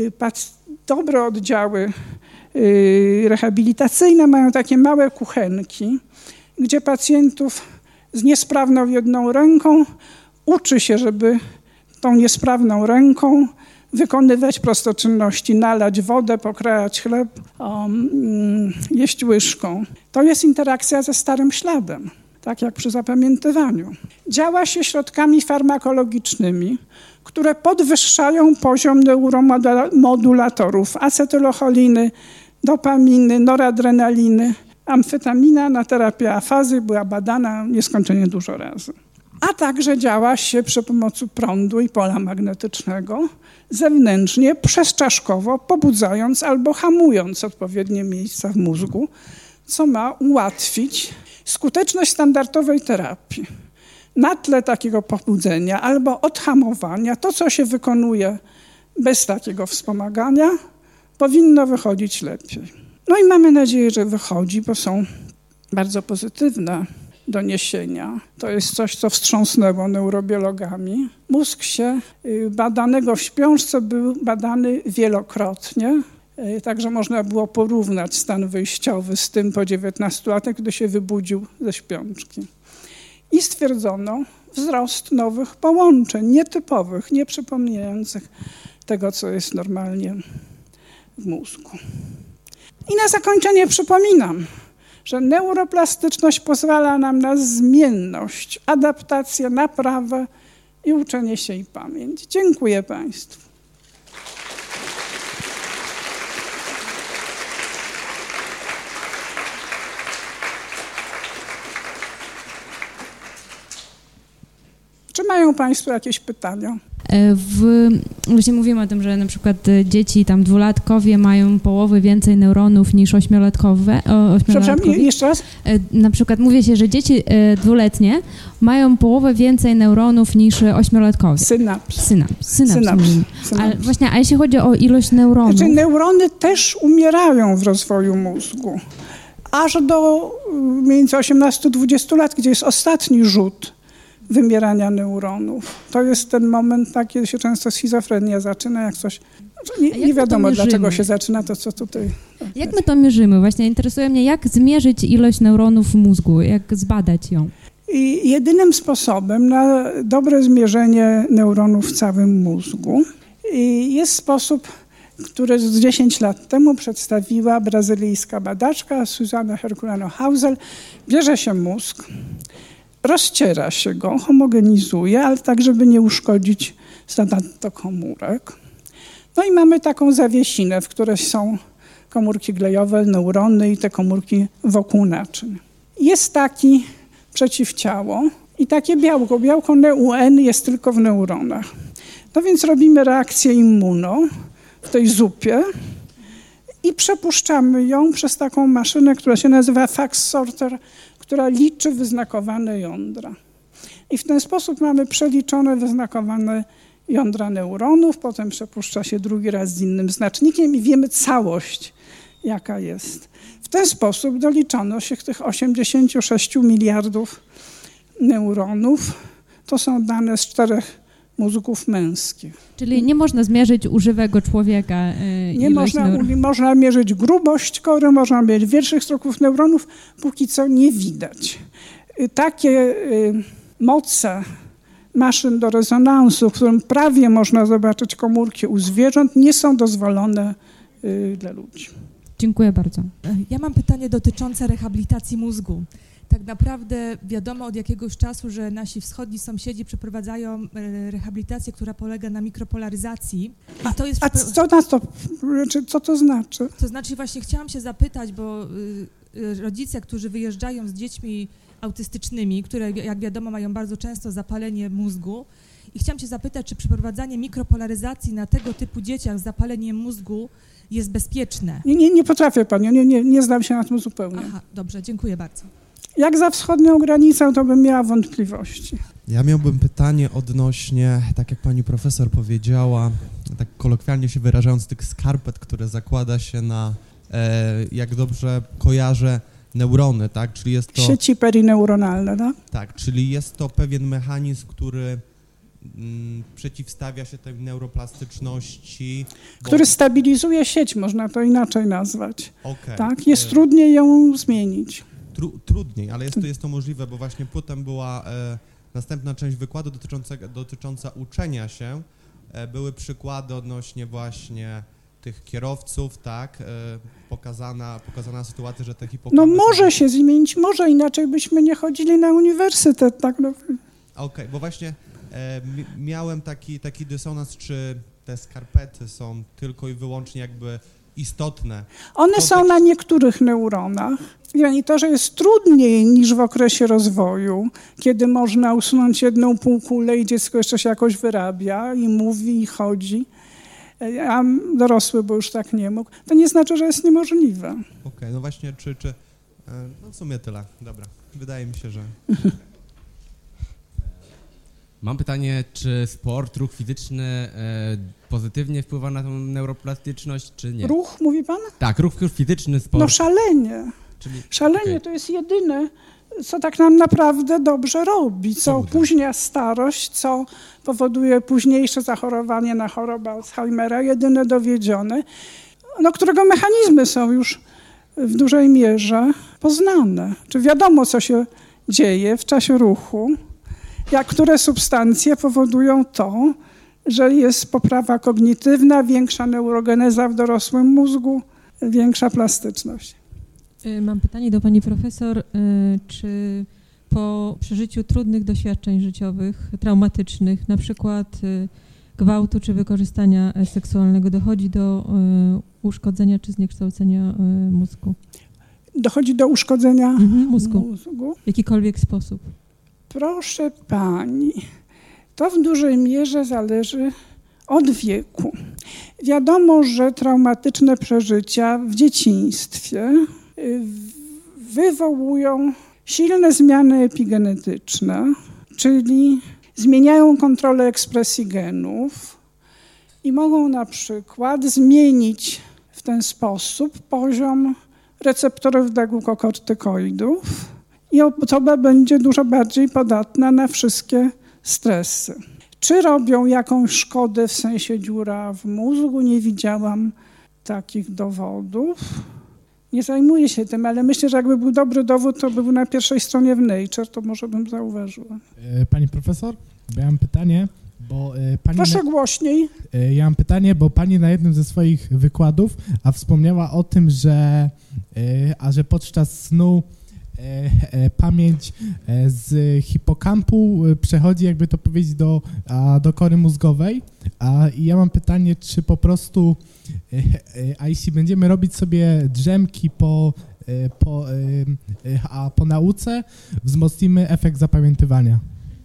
Dobre oddziały rehabilitacyjne mają takie małe kuchenki, gdzie pacjentów z niesprawną jedną ręką uczy się, żeby tą niesprawną ręką wykonywać proste czynności, nalać wodę, pokrajać chleb, um, jeść łyżką. To jest interakcja ze starym śladem, tak jak przy zapamiętywaniu. Działa się środkami farmakologicznymi, które podwyższają poziom neuromodulatorów, acetylocholiny, dopaminy, noradrenaliny. Amfetamina na terapię afazy była badana nieskończenie dużo razy. A także działa się przy pomocy prądu i pola magnetycznego zewnętrznie, przezczaszkowo, pobudzając albo hamując odpowiednie miejsca w mózgu, co ma ułatwić skuteczność standardowej terapii. Na tle takiego pobudzenia albo odhamowania, to co się wykonuje bez takiego wspomagania, powinno wychodzić lepiej. No i mamy nadzieję, że wychodzi, bo są bardzo pozytywne doniesienia. To jest coś, co wstrząsnęło neurobiologami. Mózg się badanego w śpiączce był badany wielokrotnie, także można było porównać stan wyjściowy z tym po dziewiętnastu latach, gdy się wybudził ze śpiączki. I stwierdzono wzrost nowych połączeń, nietypowych, nieprzypominających tego, co jest normalnie w mózgu. I na zakończenie przypominam, że neuroplastyczność pozwala nam na zmienność, adaptację, naprawę i uczenie się i pamięć. Dziękuję Państwu. Czy mają Państwo jakieś pytania?
W, właśnie mówimy o tym, że na przykład dzieci tam dwulatkowie mają połowę więcej neuronów niż ośmiolatkowe.
Przepraszam, jeszcze raz?
Na przykład mówi się, że dzieci dwuletnie mają połowę więcej neuronów niż ośmiolatkowie.
Synaps.
Synaps. Synaps.
Synaps.
A właśnie, a jeśli chodzi o ilość neuronów?
Znaczy, neurony też umierają w rozwoju mózgu. Aż do między osiemnastu a dwudziestu lat, gdzie jest ostatni rzut wymierania neuronów. To jest ten moment, tak, kiedy się często schizofrenia zaczyna, jak coś... Nie, nie wiadomo, dlaczego się zaczyna to, co tutaj...
Jak my to mierzymy? Właśnie interesuje mnie, jak zmierzyć ilość neuronów w mózgu, jak zbadać ją?
I jedynym sposobem na dobre zmierzenie neuronów w całym mózgu jest sposób, który z dziesięć lat temu przedstawiła brazylijska badaczka Susana Herculano-Hausel. Bierze się mózg, rozciera się go, homogenizuje, ale tak, żeby nie uszkodzić zanadto komórek. No i mamy taką zawiesinę, w której są komórki glejowe, neurony i te komórki wokół naczyń. Jest taki przeciwciało i takie białko. Białko N E U N jest tylko w neuronach. No więc robimy reakcję immuną w tej zupie i przepuszczamy ją przez taką maszynę, która się nazywa fax sorter, która liczy wyznakowane jądra. I w ten sposób mamy przeliczone wyznakowane jądra neuronów, potem przepuszcza się drugi raz z innym znacznikiem i wiemy całość, jaka jest. W ten sposób doliczono się tych osiemdziesięciu sześciu miliardów neuronów. To są dane z czterech mózgów męskich.
Czyli nie można zmierzyć u żywego człowieka yy,
Nie można, neur... można mierzyć grubość kory, można mierzyć większych struktur neuronów, póki co nie widać. Takie yy, moce maszyn do rezonansu, w którym prawie można zobaczyć komórki u zwierząt, nie są dozwolone yy, dla ludzi.
Dziękuję bardzo.
Ja mam pytanie dotyczące rehabilitacji mózgu. Tak naprawdę wiadomo od jakiegoś czasu, że nasi wschodni sąsiedzi przeprowadzają rehabilitację, która polega na mikropolaryzacji.
A, to jest... a co, na to, co to znaczy?
To znaczy właśnie chciałam się zapytać, bo rodzice, którzy wyjeżdżają z dziećmi autystycznymi, które jak wiadomo mają bardzo często zapalenie mózgu, i chciałam się zapytać, czy przeprowadzanie mikropolaryzacji na tego typu dzieciach z zapaleniem mózgu jest bezpieczne?
Nie, nie, nie potrafię Pani, nie, nie, nie znam się na tym zupełnie.
Aha, dobrze, dziękuję bardzo.
Jak za wschodnią granicą, to bym miała wątpliwości.
Ja miałbym pytanie odnośnie, tak jak pani profesor powiedziała, tak kolokwialnie się wyrażając, tych skarpet, które zakłada się na, e, jak dobrze kojarzę, neurony, tak? Czyli jest to...
Sieci perineuronalne, tak?
Tak, czyli jest to pewien mechanizm, który mm, przeciwstawia się tej neuroplastyczności. Bo... Który
stabilizuje sieć, można to inaczej nazwać.
Okay.
Tak? Jest e... trudniej ją zmienić.
Tru, trudniej, ale jest to, jest to możliwe, bo właśnie potem była e, następna część wykładu dotycząca, dotycząca uczenia się. E, były przykłady odnośnie właśnie tych kierowców, tak, e, pokazana, pokazana sytuacja, że te hipokampy...
No może są... się zmienić, może inaczej byśmy nie chodzili na uniwersytet, tak? No.
Okej, okay, bo właśnie e, miałem taki, taki dysonans, czy te skarpety są tylko i wyłącznie jakby istotne.
One są na niektórych neuronach. I to, że jest trudniej niż w okresie rozwoju, kiedy można usunąć jedną półkulę i dziecko jeszcze się jakoś wyrabia i mówi i chodzi, a dorosły by już tak nie mógł, to nie znaczy, że jest niemożliwe.
Okej, okay, no właśnie, czy, czy... No w sumie tyle, dobra. Wydaje mi się, że...
Mam pytanie, czy sport, ruch fizyczny e, pozytywnie wpływa na tą neuroplastyczność, czy nie?
Ruch, mówi pan?
Tak, ruch fizyczny, sport.
No szalenie.
Czyli,
szalenie okay. To jest jedyne, co tak nam naprawdę dobrze robi, co opóźnia starość, co powoduje późniejsze zachorowanie na chorobę Alzheimera, jedyne dowiedzione, no, którego mechanizmy są już w dużej mierze poznane. Czy wiadomo, co się dzieje w czasie ruchu, jak które substancje powodują to, że jest poprawa kognitywna, większa neurogeneza w dorosłym mózgu, większa plastyczność.
Mam pytanie do pani profesor, czy po przeżyciu trudnych doświadczeń życiowych, traumatycznych, na przykład gwałtu czy wykorzystania seksualnego, dochodzi do uszkodzenia czy zniekształcenia mózgu?
Dochodzi do uszkodzenia
mhm, mózgu.
mózgu?
W jakikolwiek sposób?
Proszę pani, to w dużej mierze zależy od wieku. Wiadomo, że traumatyczne przeżycia w dzieciństwie wywołują silne zmiany epigenetyczne, czyli zmieniają kontrolę ekspresji genów i mogą na przykład zmienić w ten sposób poziom receptorów dla glukokortykoidów i osoba będzie dużo bardziej podatna na wszystkie stresy. Czy robią jakąś szkodę w sensie dziura w mózgu? Nie widziałam takich dowodów. Nie zajmuję się tym, ale myślę, że jakby był dobry dowód, to by był na pierwszej stronie w Nature, to może bym zauważyła.
Pani profesor, ja mam pytanie, bo pani...
Proszę na... głośniej.
Ja mam pytanie, bo pani na jednym ze swoich wykładów a wspomniała o tym, że, a że podczas snu pamięć z hipokampu przechodzi, jakby to powiedzieć, do, do kory mózgowej. A ja mam pytanie, czy po prostu, a jeśli będziemy robić sobie drzemki po, po, a po nauce, wzmocnimy efekt zapamiętywania?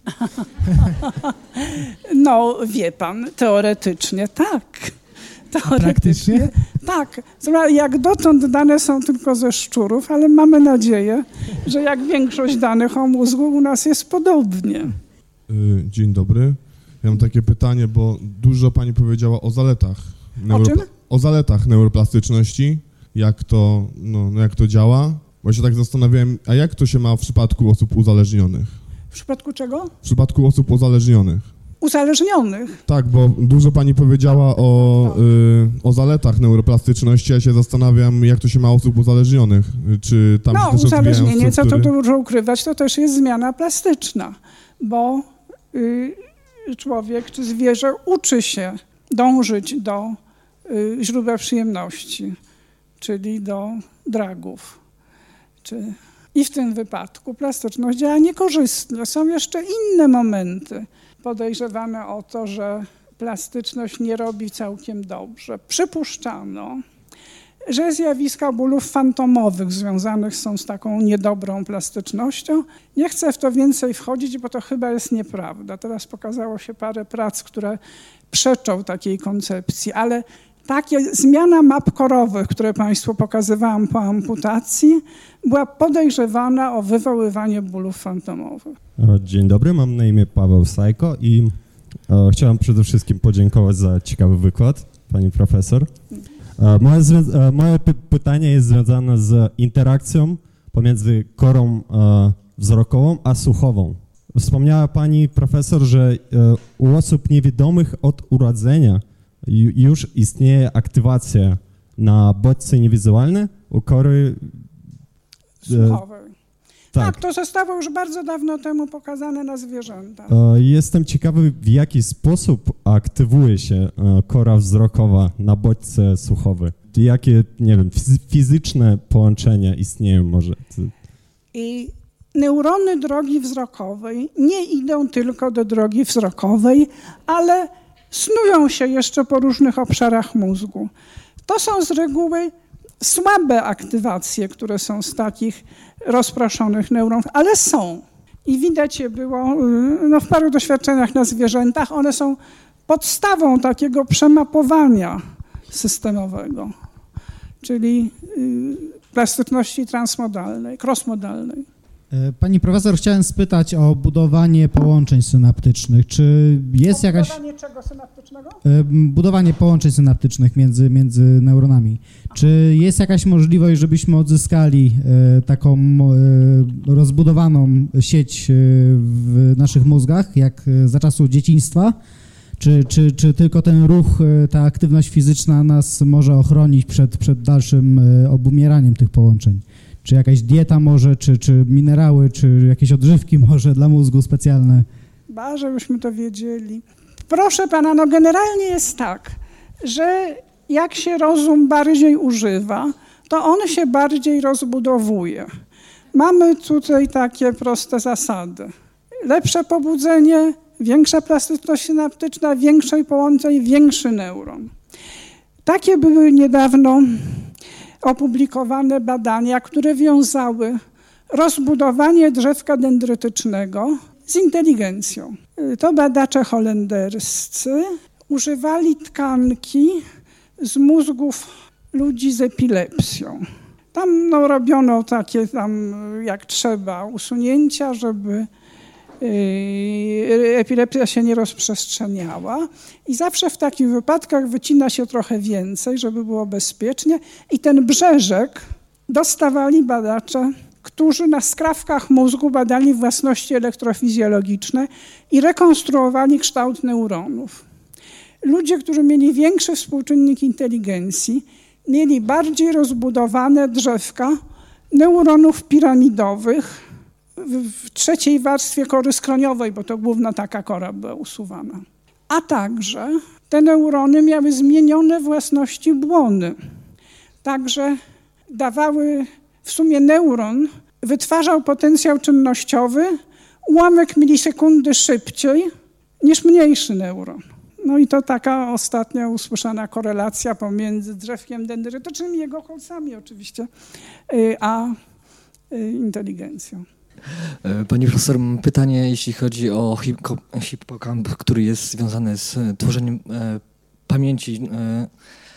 No, wie pan, teoretycznie tak.
A praktycznie?
Tak. Jak dotąd dane są tylko ze szczurów, ale mamy nadzieję, że jak większość danych o mózgu u nas jest podobnie.
Dzień dobry. Ja mam takie pytanie, bo dużo pani powiedziała o zaletach.
Neuro... O czym?
O zaletach neuroplastyczności, jak to, no, jak to działa. Bo się tak zastanawiałem, a jak to się ma w przypadku osób uzależnionych?
W przypadku czego?
W przypadku osób uzależnionych.
Uzależnionych.
Tak, bo dużo pani powiedziała o, y, o zaletach neuroplastyczności, ja się zastanawiam, jak to się ma osób uzależnionych, czy tam
no,
też
uzależnienie, co tu dużo ukrywać, to też jest zmiana plastyczna, bo y, człowiek czy zwierzę uczy się dążyć do y, źródła przyjemności, czyli do dragów. Czy... I w tym wypadku plastyczność działa niekorzystnie. Są jeszcze inne momenty podejrzewane o to, że plastyczność nie robi całkiem dobrze. Przypuszczano, że zjawiska bólów fantomowych związanych są z taką niedobrą plastycznością. Nie chcę w to więcej wchodzić, bo to chyba jest nieprawda. Teraz pokazało się parę prac, które przeczą takiej koncepcji, ale takie zmiana map korowych, które Państwu pokazywałam po amputacji, była podejrzewana o wywoływanie bólów fantomowych.
Dzień dobry, mam na imię Paweł Sajko i e, chciałem przede wszystkim podziękować za ciekawy wykład, pani profesor. E, moje, e, moje py pytanie jest związane z interakcją pomiędzy korą e, wzrokową a słuchową. Wspomniała pani profesor, że e, u osób niewidomych od urodzenia już istnieje aktywacja na bodźce niewizualne u kory
słuchowej.
Tak.
tak, to zostało już bardzo dawno temu pokazane na zwierzętach.
Jestem ciekawy, w jaki sposób aktywuje się kora wzrokowa na bodźce słuchowej. Jakie, nie wiem, fizyczne połączenia istnieją może?
I neurony drogi wzrokowej nie idą tylko do drogi wzrokowej, ale snują się jeszcze po różnych obszarach mózgu. To są z reguły słabe aktywacje, które są z takich rozproszonych neuronów, ale są. I widać je było no, w paru doświadczeniach na zwierzętach. One są podstawą takiego przemapowania systemowego, czyli plastyczności transmodalnej, crossmodalnej.
Pani profesor, chciałem spytać o budowanie połączeń synaptycznych. Czy jest
o
jakaś...
Budowanie czego synaptycznego?
Budowanie połączeń synaptycznych między, między neuronami. Czy jest jakaś możliwość, żebyśmy odzyskali taką rozbudowaną sieć w naszych mózgach, jak za czasów dzieciństwa? Czy, czy, czy tylko ten ruch, ta aktywność fizyczna nas może ochronić przed, przed dalszym obumieraniem tych połączeń? Czy jakaś dieta może, czy, czy minerały, czy jakieś odżywki może dla mózgu specjalne?
Ba, żebyśmy to wiedzieli. Proszę pana, no generalnie jest tak, że jak się rozum bardziej używa, to on się bardziej rozbudowuje. Mamy tutaj takie proste zasady. Lepsze pobudzenie, większa plastyczność synaptyczna, większej połączeń, większy neuron. Takie były niedawno opublikowane badania, które wiązały rozbudowanie drzewka dendrytycznego z inteligencją. To badacze holenderscy używali tkanki z mózgów ludzi z epilepsją. Tam no, robiono takie tam jak trzeba usunięcia, żeby epilepsja się nie rozprzestrzeniała i zawsze w takich wypadkach wycina się trochę więcej, żeby było bezpiecznie i ten brzeżek dostawali badacze, którzy na skrawkach mózgu badali własności elektrofizjologiczne i rekonstruowali kształt neuronów. Ludzie, którzy mieli większy współczynnik inteligencji, mieli bardziej rozbudowane drzewka neuronów piramidowych, w trzeciej warstwie kory skroniowej, bo to główna taka kora była usuwana. A także te neurony miały zmienione własności błony. Także dawały, w sumie neuron wytwarzał potencjał czynnościowy ułamek milisekundy szybciej niż mniejszy neuron. No i to taka ostatnia usłyszana korelacja pomiędzy drzewkiem dendrytycznym i jego kolcami oczywiście, a inteligencją.
Pani profesor, mam pytanie, jeśli chodzi o hipokamp, który jest związany z tworzeniem e, pamięci. E,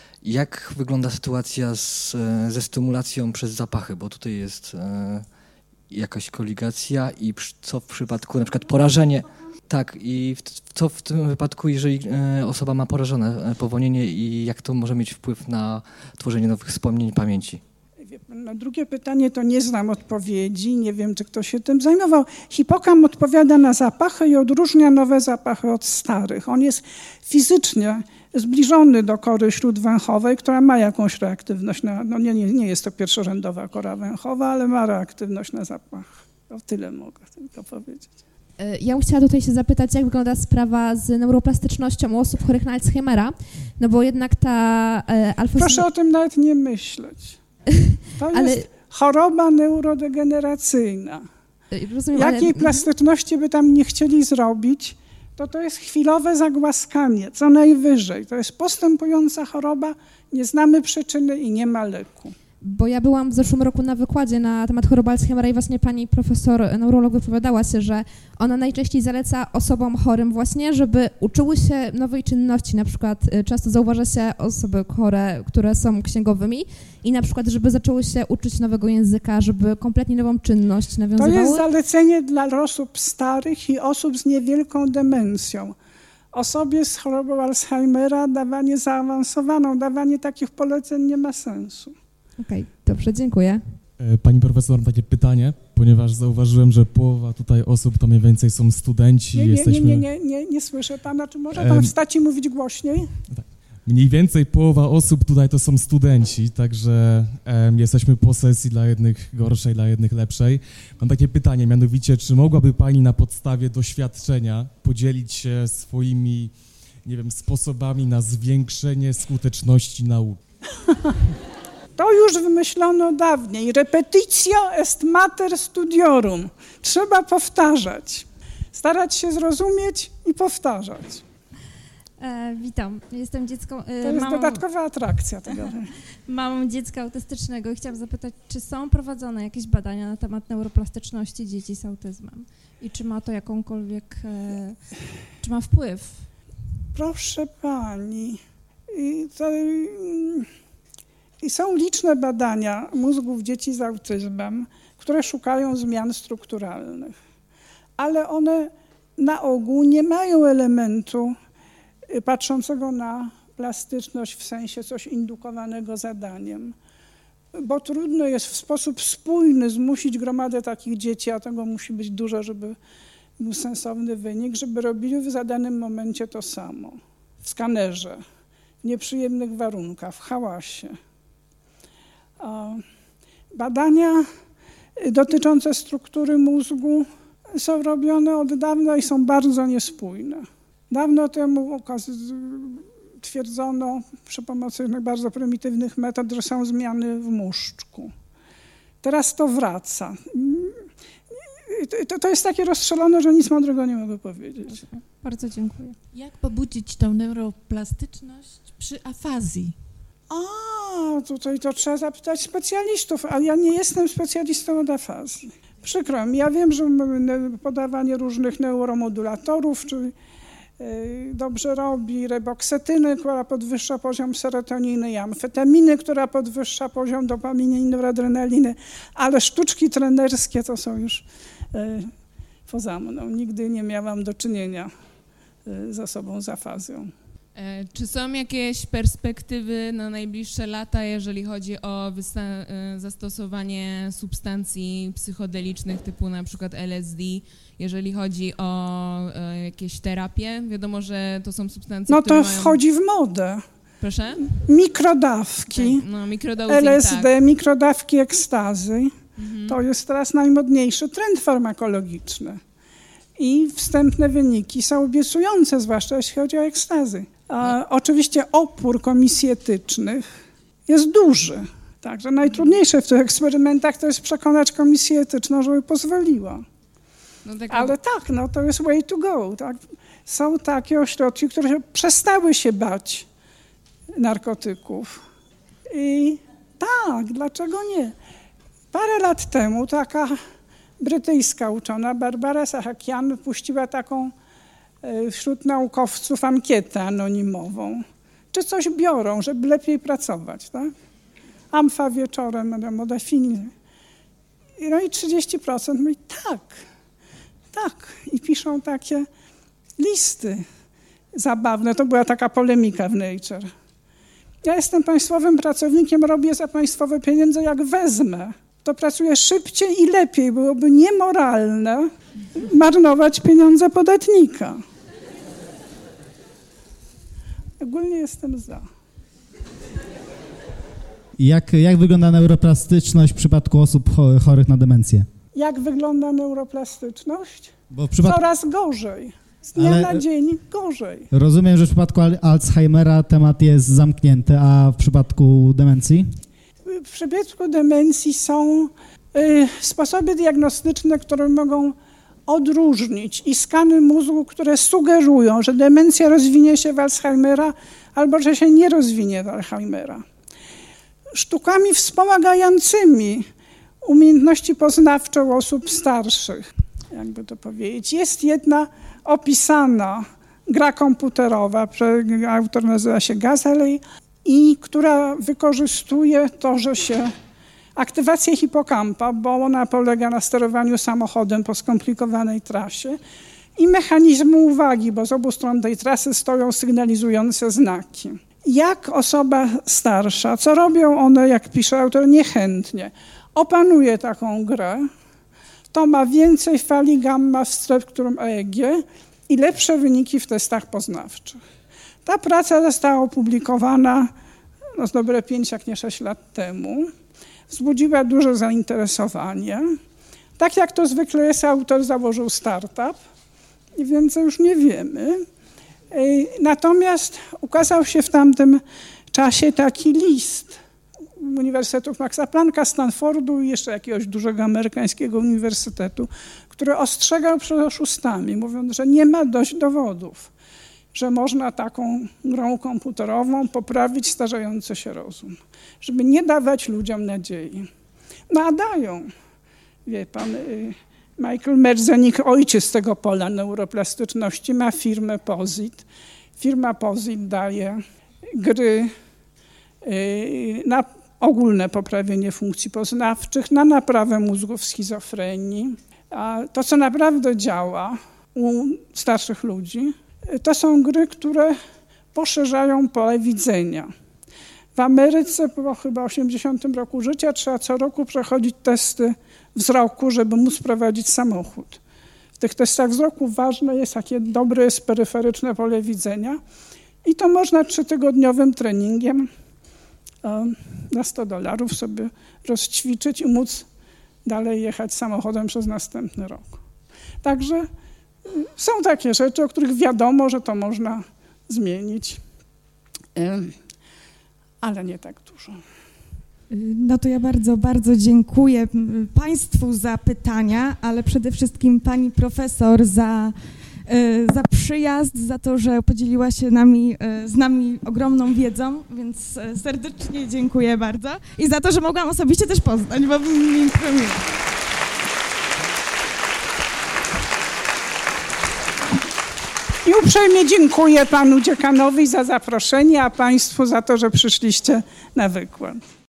jak wygląda sytuacja z, ze stymulacją przez zapachy? Bo tutaj jest e, jakaś koligacja i co w przypadku na przykład porażenie. Tak, i w, co w tym wypadku, jeżeli e, osoba ma porażone powonienie i jak to może mieć wpływ na tworzenie nowych wspomnień pamięci?
Na drugie pytanie to nie znam odpowiedzi, nie wiem, czy ktoś się tym zajmował. Hipokamp odpowiada na zapachy i odróżnia nowe zapachy od starych. On jest fizycznie zbliżony do kory śródwęchowej, która ma jakąś reaktywność, na, no nie, nie, nie jest to pierwszorzędowa kora węchowa, ale ma reaktywność na zapach. O tyle mogę tylko powiedzieć.
Ja bym chciała tutaj się zapytać, jak wygląda sprawa z neuroplastycznością u osób chorych na Alzheimera, no bo jednak ta e, alfa...
Proszę o tym nawet nie myśleć. To ale... jest choroba neurodegeneracyjna.
Rozumiem,
Jakiej
ale...
plastyczności by tam nie chcieli zrobić, to to jest chwilowe zagłaskanie, co najwyżej. To jest postępująca choroba, nie znamy przyczyny i nie ma leku.
Bo ja byłam w zeszłym roku na wykładzie na temat choroby Alzheimera i właśnie pani profesor neurolog wypowiadała się, że ona najczęściej zaleca osobom chorym właśnie, żeby uczyły się nowej czynności. Na przykład często zauważa się osoby chore, które są księgowymi i na przykład, żeby zaczęły się uczyć nowego języka, żeby kompletnie nową czynność nawiązywały.
To jest zalecenie dla osób starych i osób z niewielką demencją. Osobie z chorobą Alzheimera dawanie zaawansowaną, dawanie takich poleceń nie ma sensu.
Okej, okay, dobrze, dziękuję.
Pani profesor, mam takie pytanie, ponieważ zauważyłem, że połowa tutaj osób to mniej więcej są studenci.
Nie, nie,
jesteśmy...
nie, nie, nie, nie, nie słyszę pana. Czy może pan wstać i mówić głośniej?
Tak. Mniej więcej połowa osób tutaj to są studenci, także um, jesteśmy po sesji dla jednych gorszej, dla jednych lepszej. Mam takie pytanie, mianowicie, czy mogłaby pani na podstawie doświadczenia podzielić się swoimi, nie wiem, sposobami na zwiększenie skuteczności nauki?
To już wymyślono dawniej. Repetitio est mater studiorum. Trzeba powtarzać. Starać się zrozumieć i powtarzać.
E, witam, jestem dziecko... E,
to jest
mamą,
dodatkowa atrakcja tego.
Mamą dziecka autystycznego i chciałam zapytać, czy są prowadzone jakieś badania na temat neuroplastyczności dzieci z autyzmem i czy ma to jakąkolwiek... E, czy ma wpływ?
Proszę pani, i, to, i są liczne badania mózgów dzieci z autyzmem, które szukają zmian strukturalnych, ale one na ogół nie mają elementu patrzącego na plastyczność w sensie coś indukowanego zadaniem, bo trudno jest w sposób spójny zmusić gromadę takich dzieci, a tego musi być dużo, żeby był sensowny wynik, żeby robili w zadanym momencie to samo. W skanerze, w nieprzyjemnych warunkach, w hałasie. Badania dotyczące struktury mózgu są robione od dawna i są bardzo niespójne. Dawno temu twierdzono przy pomocy bardzo prymitywnych metod, że są zmiany w mózgu. Teraz to wraca. To, to jest takie rozstrzelone, że nic mądrego nie mogę powiedzieć.
Bardzo dziękuję.
Jak pobudzić tą neuroplastyczność przy afazji?
A, tutaj to trzeba zapytać specjalistów, a ja nie jestem specjalistą od afazji. Przykro mi, ja wiem, że podawanie różnych neuromodulatorów, czyli dobrze robi, reboksetyny, która podwyższa poziom serotoniny, i amfetaminy, która podwyższa poziom dopaminy i noradrenaliny, ale sztuczki trenerskie to są już poza mną. Nigdy nie miałam do czynienia z osobą z afazją.
Czy są jakieś perspektywy na najbliższe lata, jeżeli chodzi o zastosowanie substancji psychodelicznych typu na przykład L S D, jeżeli chodzi o e, jakieś terapie? Wiadomo, że to są substancje,
no
które
to
mają...
wchodzi w modę.
Proszę?
Mikrodawki,
tak, no, mikrodosing,
L S D,
tak.
mikrodawki ekstazy. Mhm. To jest teraz najmodniejszy trend farmakologiczny. I wstępne wyniki są obiecujące, zwłaszcza jeśli chodzi o ekstazy. A, no. Oczywiście opór komisji etycznych jest duży. Także najtrudniejsze w tych eksperymentach to jest przekonać komisję etyczną, żeby pozwoliła. No tak, ale tak, no to jest way to go. Tak? Są takie ośrodki, które przestały się bać narkotyków. I tak, dlaczego nie? Parę lat temu taka brytyjska uczona, Barbara Sahakian, wypuściła taką wśród naukowców ankietę anonimową. Czy coś biorą, żeby lepiej pracować, tak? Amfa wieczorem, modafinil. No i trzydzieści procent mówi tak, tak. I piszą takie listy zabawne. To była taka polemika w Nature. Ja jestem państwowym pracownikiem, robię za państwowe pieniądze, jak wezmę, to pracuję szybciej i lepiej. Byłoby niemoralne marnować pieniądze podatnika. Ogólnie jestem za.
Jak, jak wygląda neuroplastyczność w przypadku osób chorych na demencję?
Jak wygląda neuroplastyczność?
Bo w przypadku...
Coraz gorzej. Z dnia Ale... na dzień gorzej.
Rozumiem, że w przypadku Alzheimera temat jest zamknięty, a w przypadku demencji?
W przypadku demencji są y, sposoby diagnostyczne, które mogą odróżnić i skany mózgu, które sugerują, że demencja rozwinie się w Alzheimera albo że się nie rozwinie w Alzheimera. Sztukami wspomagającymi umiejętności poznawcze u osób starszych, jakby to powiedzieć. Jest jedna opisana gra komputerowa, autor nazywa się Gazeley, i która wykorzystuje to, że się aktywację hipokampa, bo ona polega na sterowaniu samochodem po skomplikowanej trasie, i mechanizmu uwagi, bo z obu stron tej trasy stoją sygnalizujące znaki. Jak osoba starsza, co robią one, jak pisze autor, niechętnie, opanuje taką grę, to ma więcej fali gamma w spektrum E E G i lepsze wyniki w testach poznawczych. Ta praca została opublikowana no, z dobre pięć, jak nie sześć lat temu. Wzbudziła duże zainteresowanie. Tak jak to zwykle jest, autor założył startup i więcej już nie wiemy. Natomiast ukazał się w tamtym czasie taki list Uniwersytetów Maxa Plancka, Stanfordu i jeszcze jakiegoś dużego amerykańskiego uniwersytetu, który ostrzegał przed oszustami, mówiąc, że nie ma dość dowodów, że można taką grą komputerową poprawić starzejący się rozum, żeby nie dawać ludziom nadziei. No a dają. Wie pan, Michael Merzenich, ojciec tego pola neuroplastyczności, ma firmę Posit. Firma Posit daje gry na ogólne poprawienie funkcji poznawczych, na naprawę mózgu w schizofrenii. A to, co naprawdę działa u starszych ludzi, to są gry, które poszerzają pole widzenia. W Ameryce po chyba osiemdziesiątym roku życia trzeba co roku przechodzić testy wzroku, żeby móc prowadzić samochód. W tych testach wzroku ważne jest, jakie dobre jest peryferyczne pole widzenia i to można trzytygodniowym treningiem za sto dolarów sobie rozćwiczyć i móc dalej jechać samochodem przez następny rok. Także są takie rzeczy, o których wiadomo, że to można zmienić, ale nie tak dużo.
No to ja bardzo, bardzo dziękuję Państwu za pytania, ale przede wszystkim Pani Profesor za, za przyjazd, za to, że podzieliła się nami, z nami ogromną wiedzą, więc serdecznie dziękuję bardzo i za to, że mogłam osobiście też poznać, bo mi miło.
I uprzejmie dziękuję panu dziekanowi za zaproszenie, a państwu za to, że przyszliście na wykład.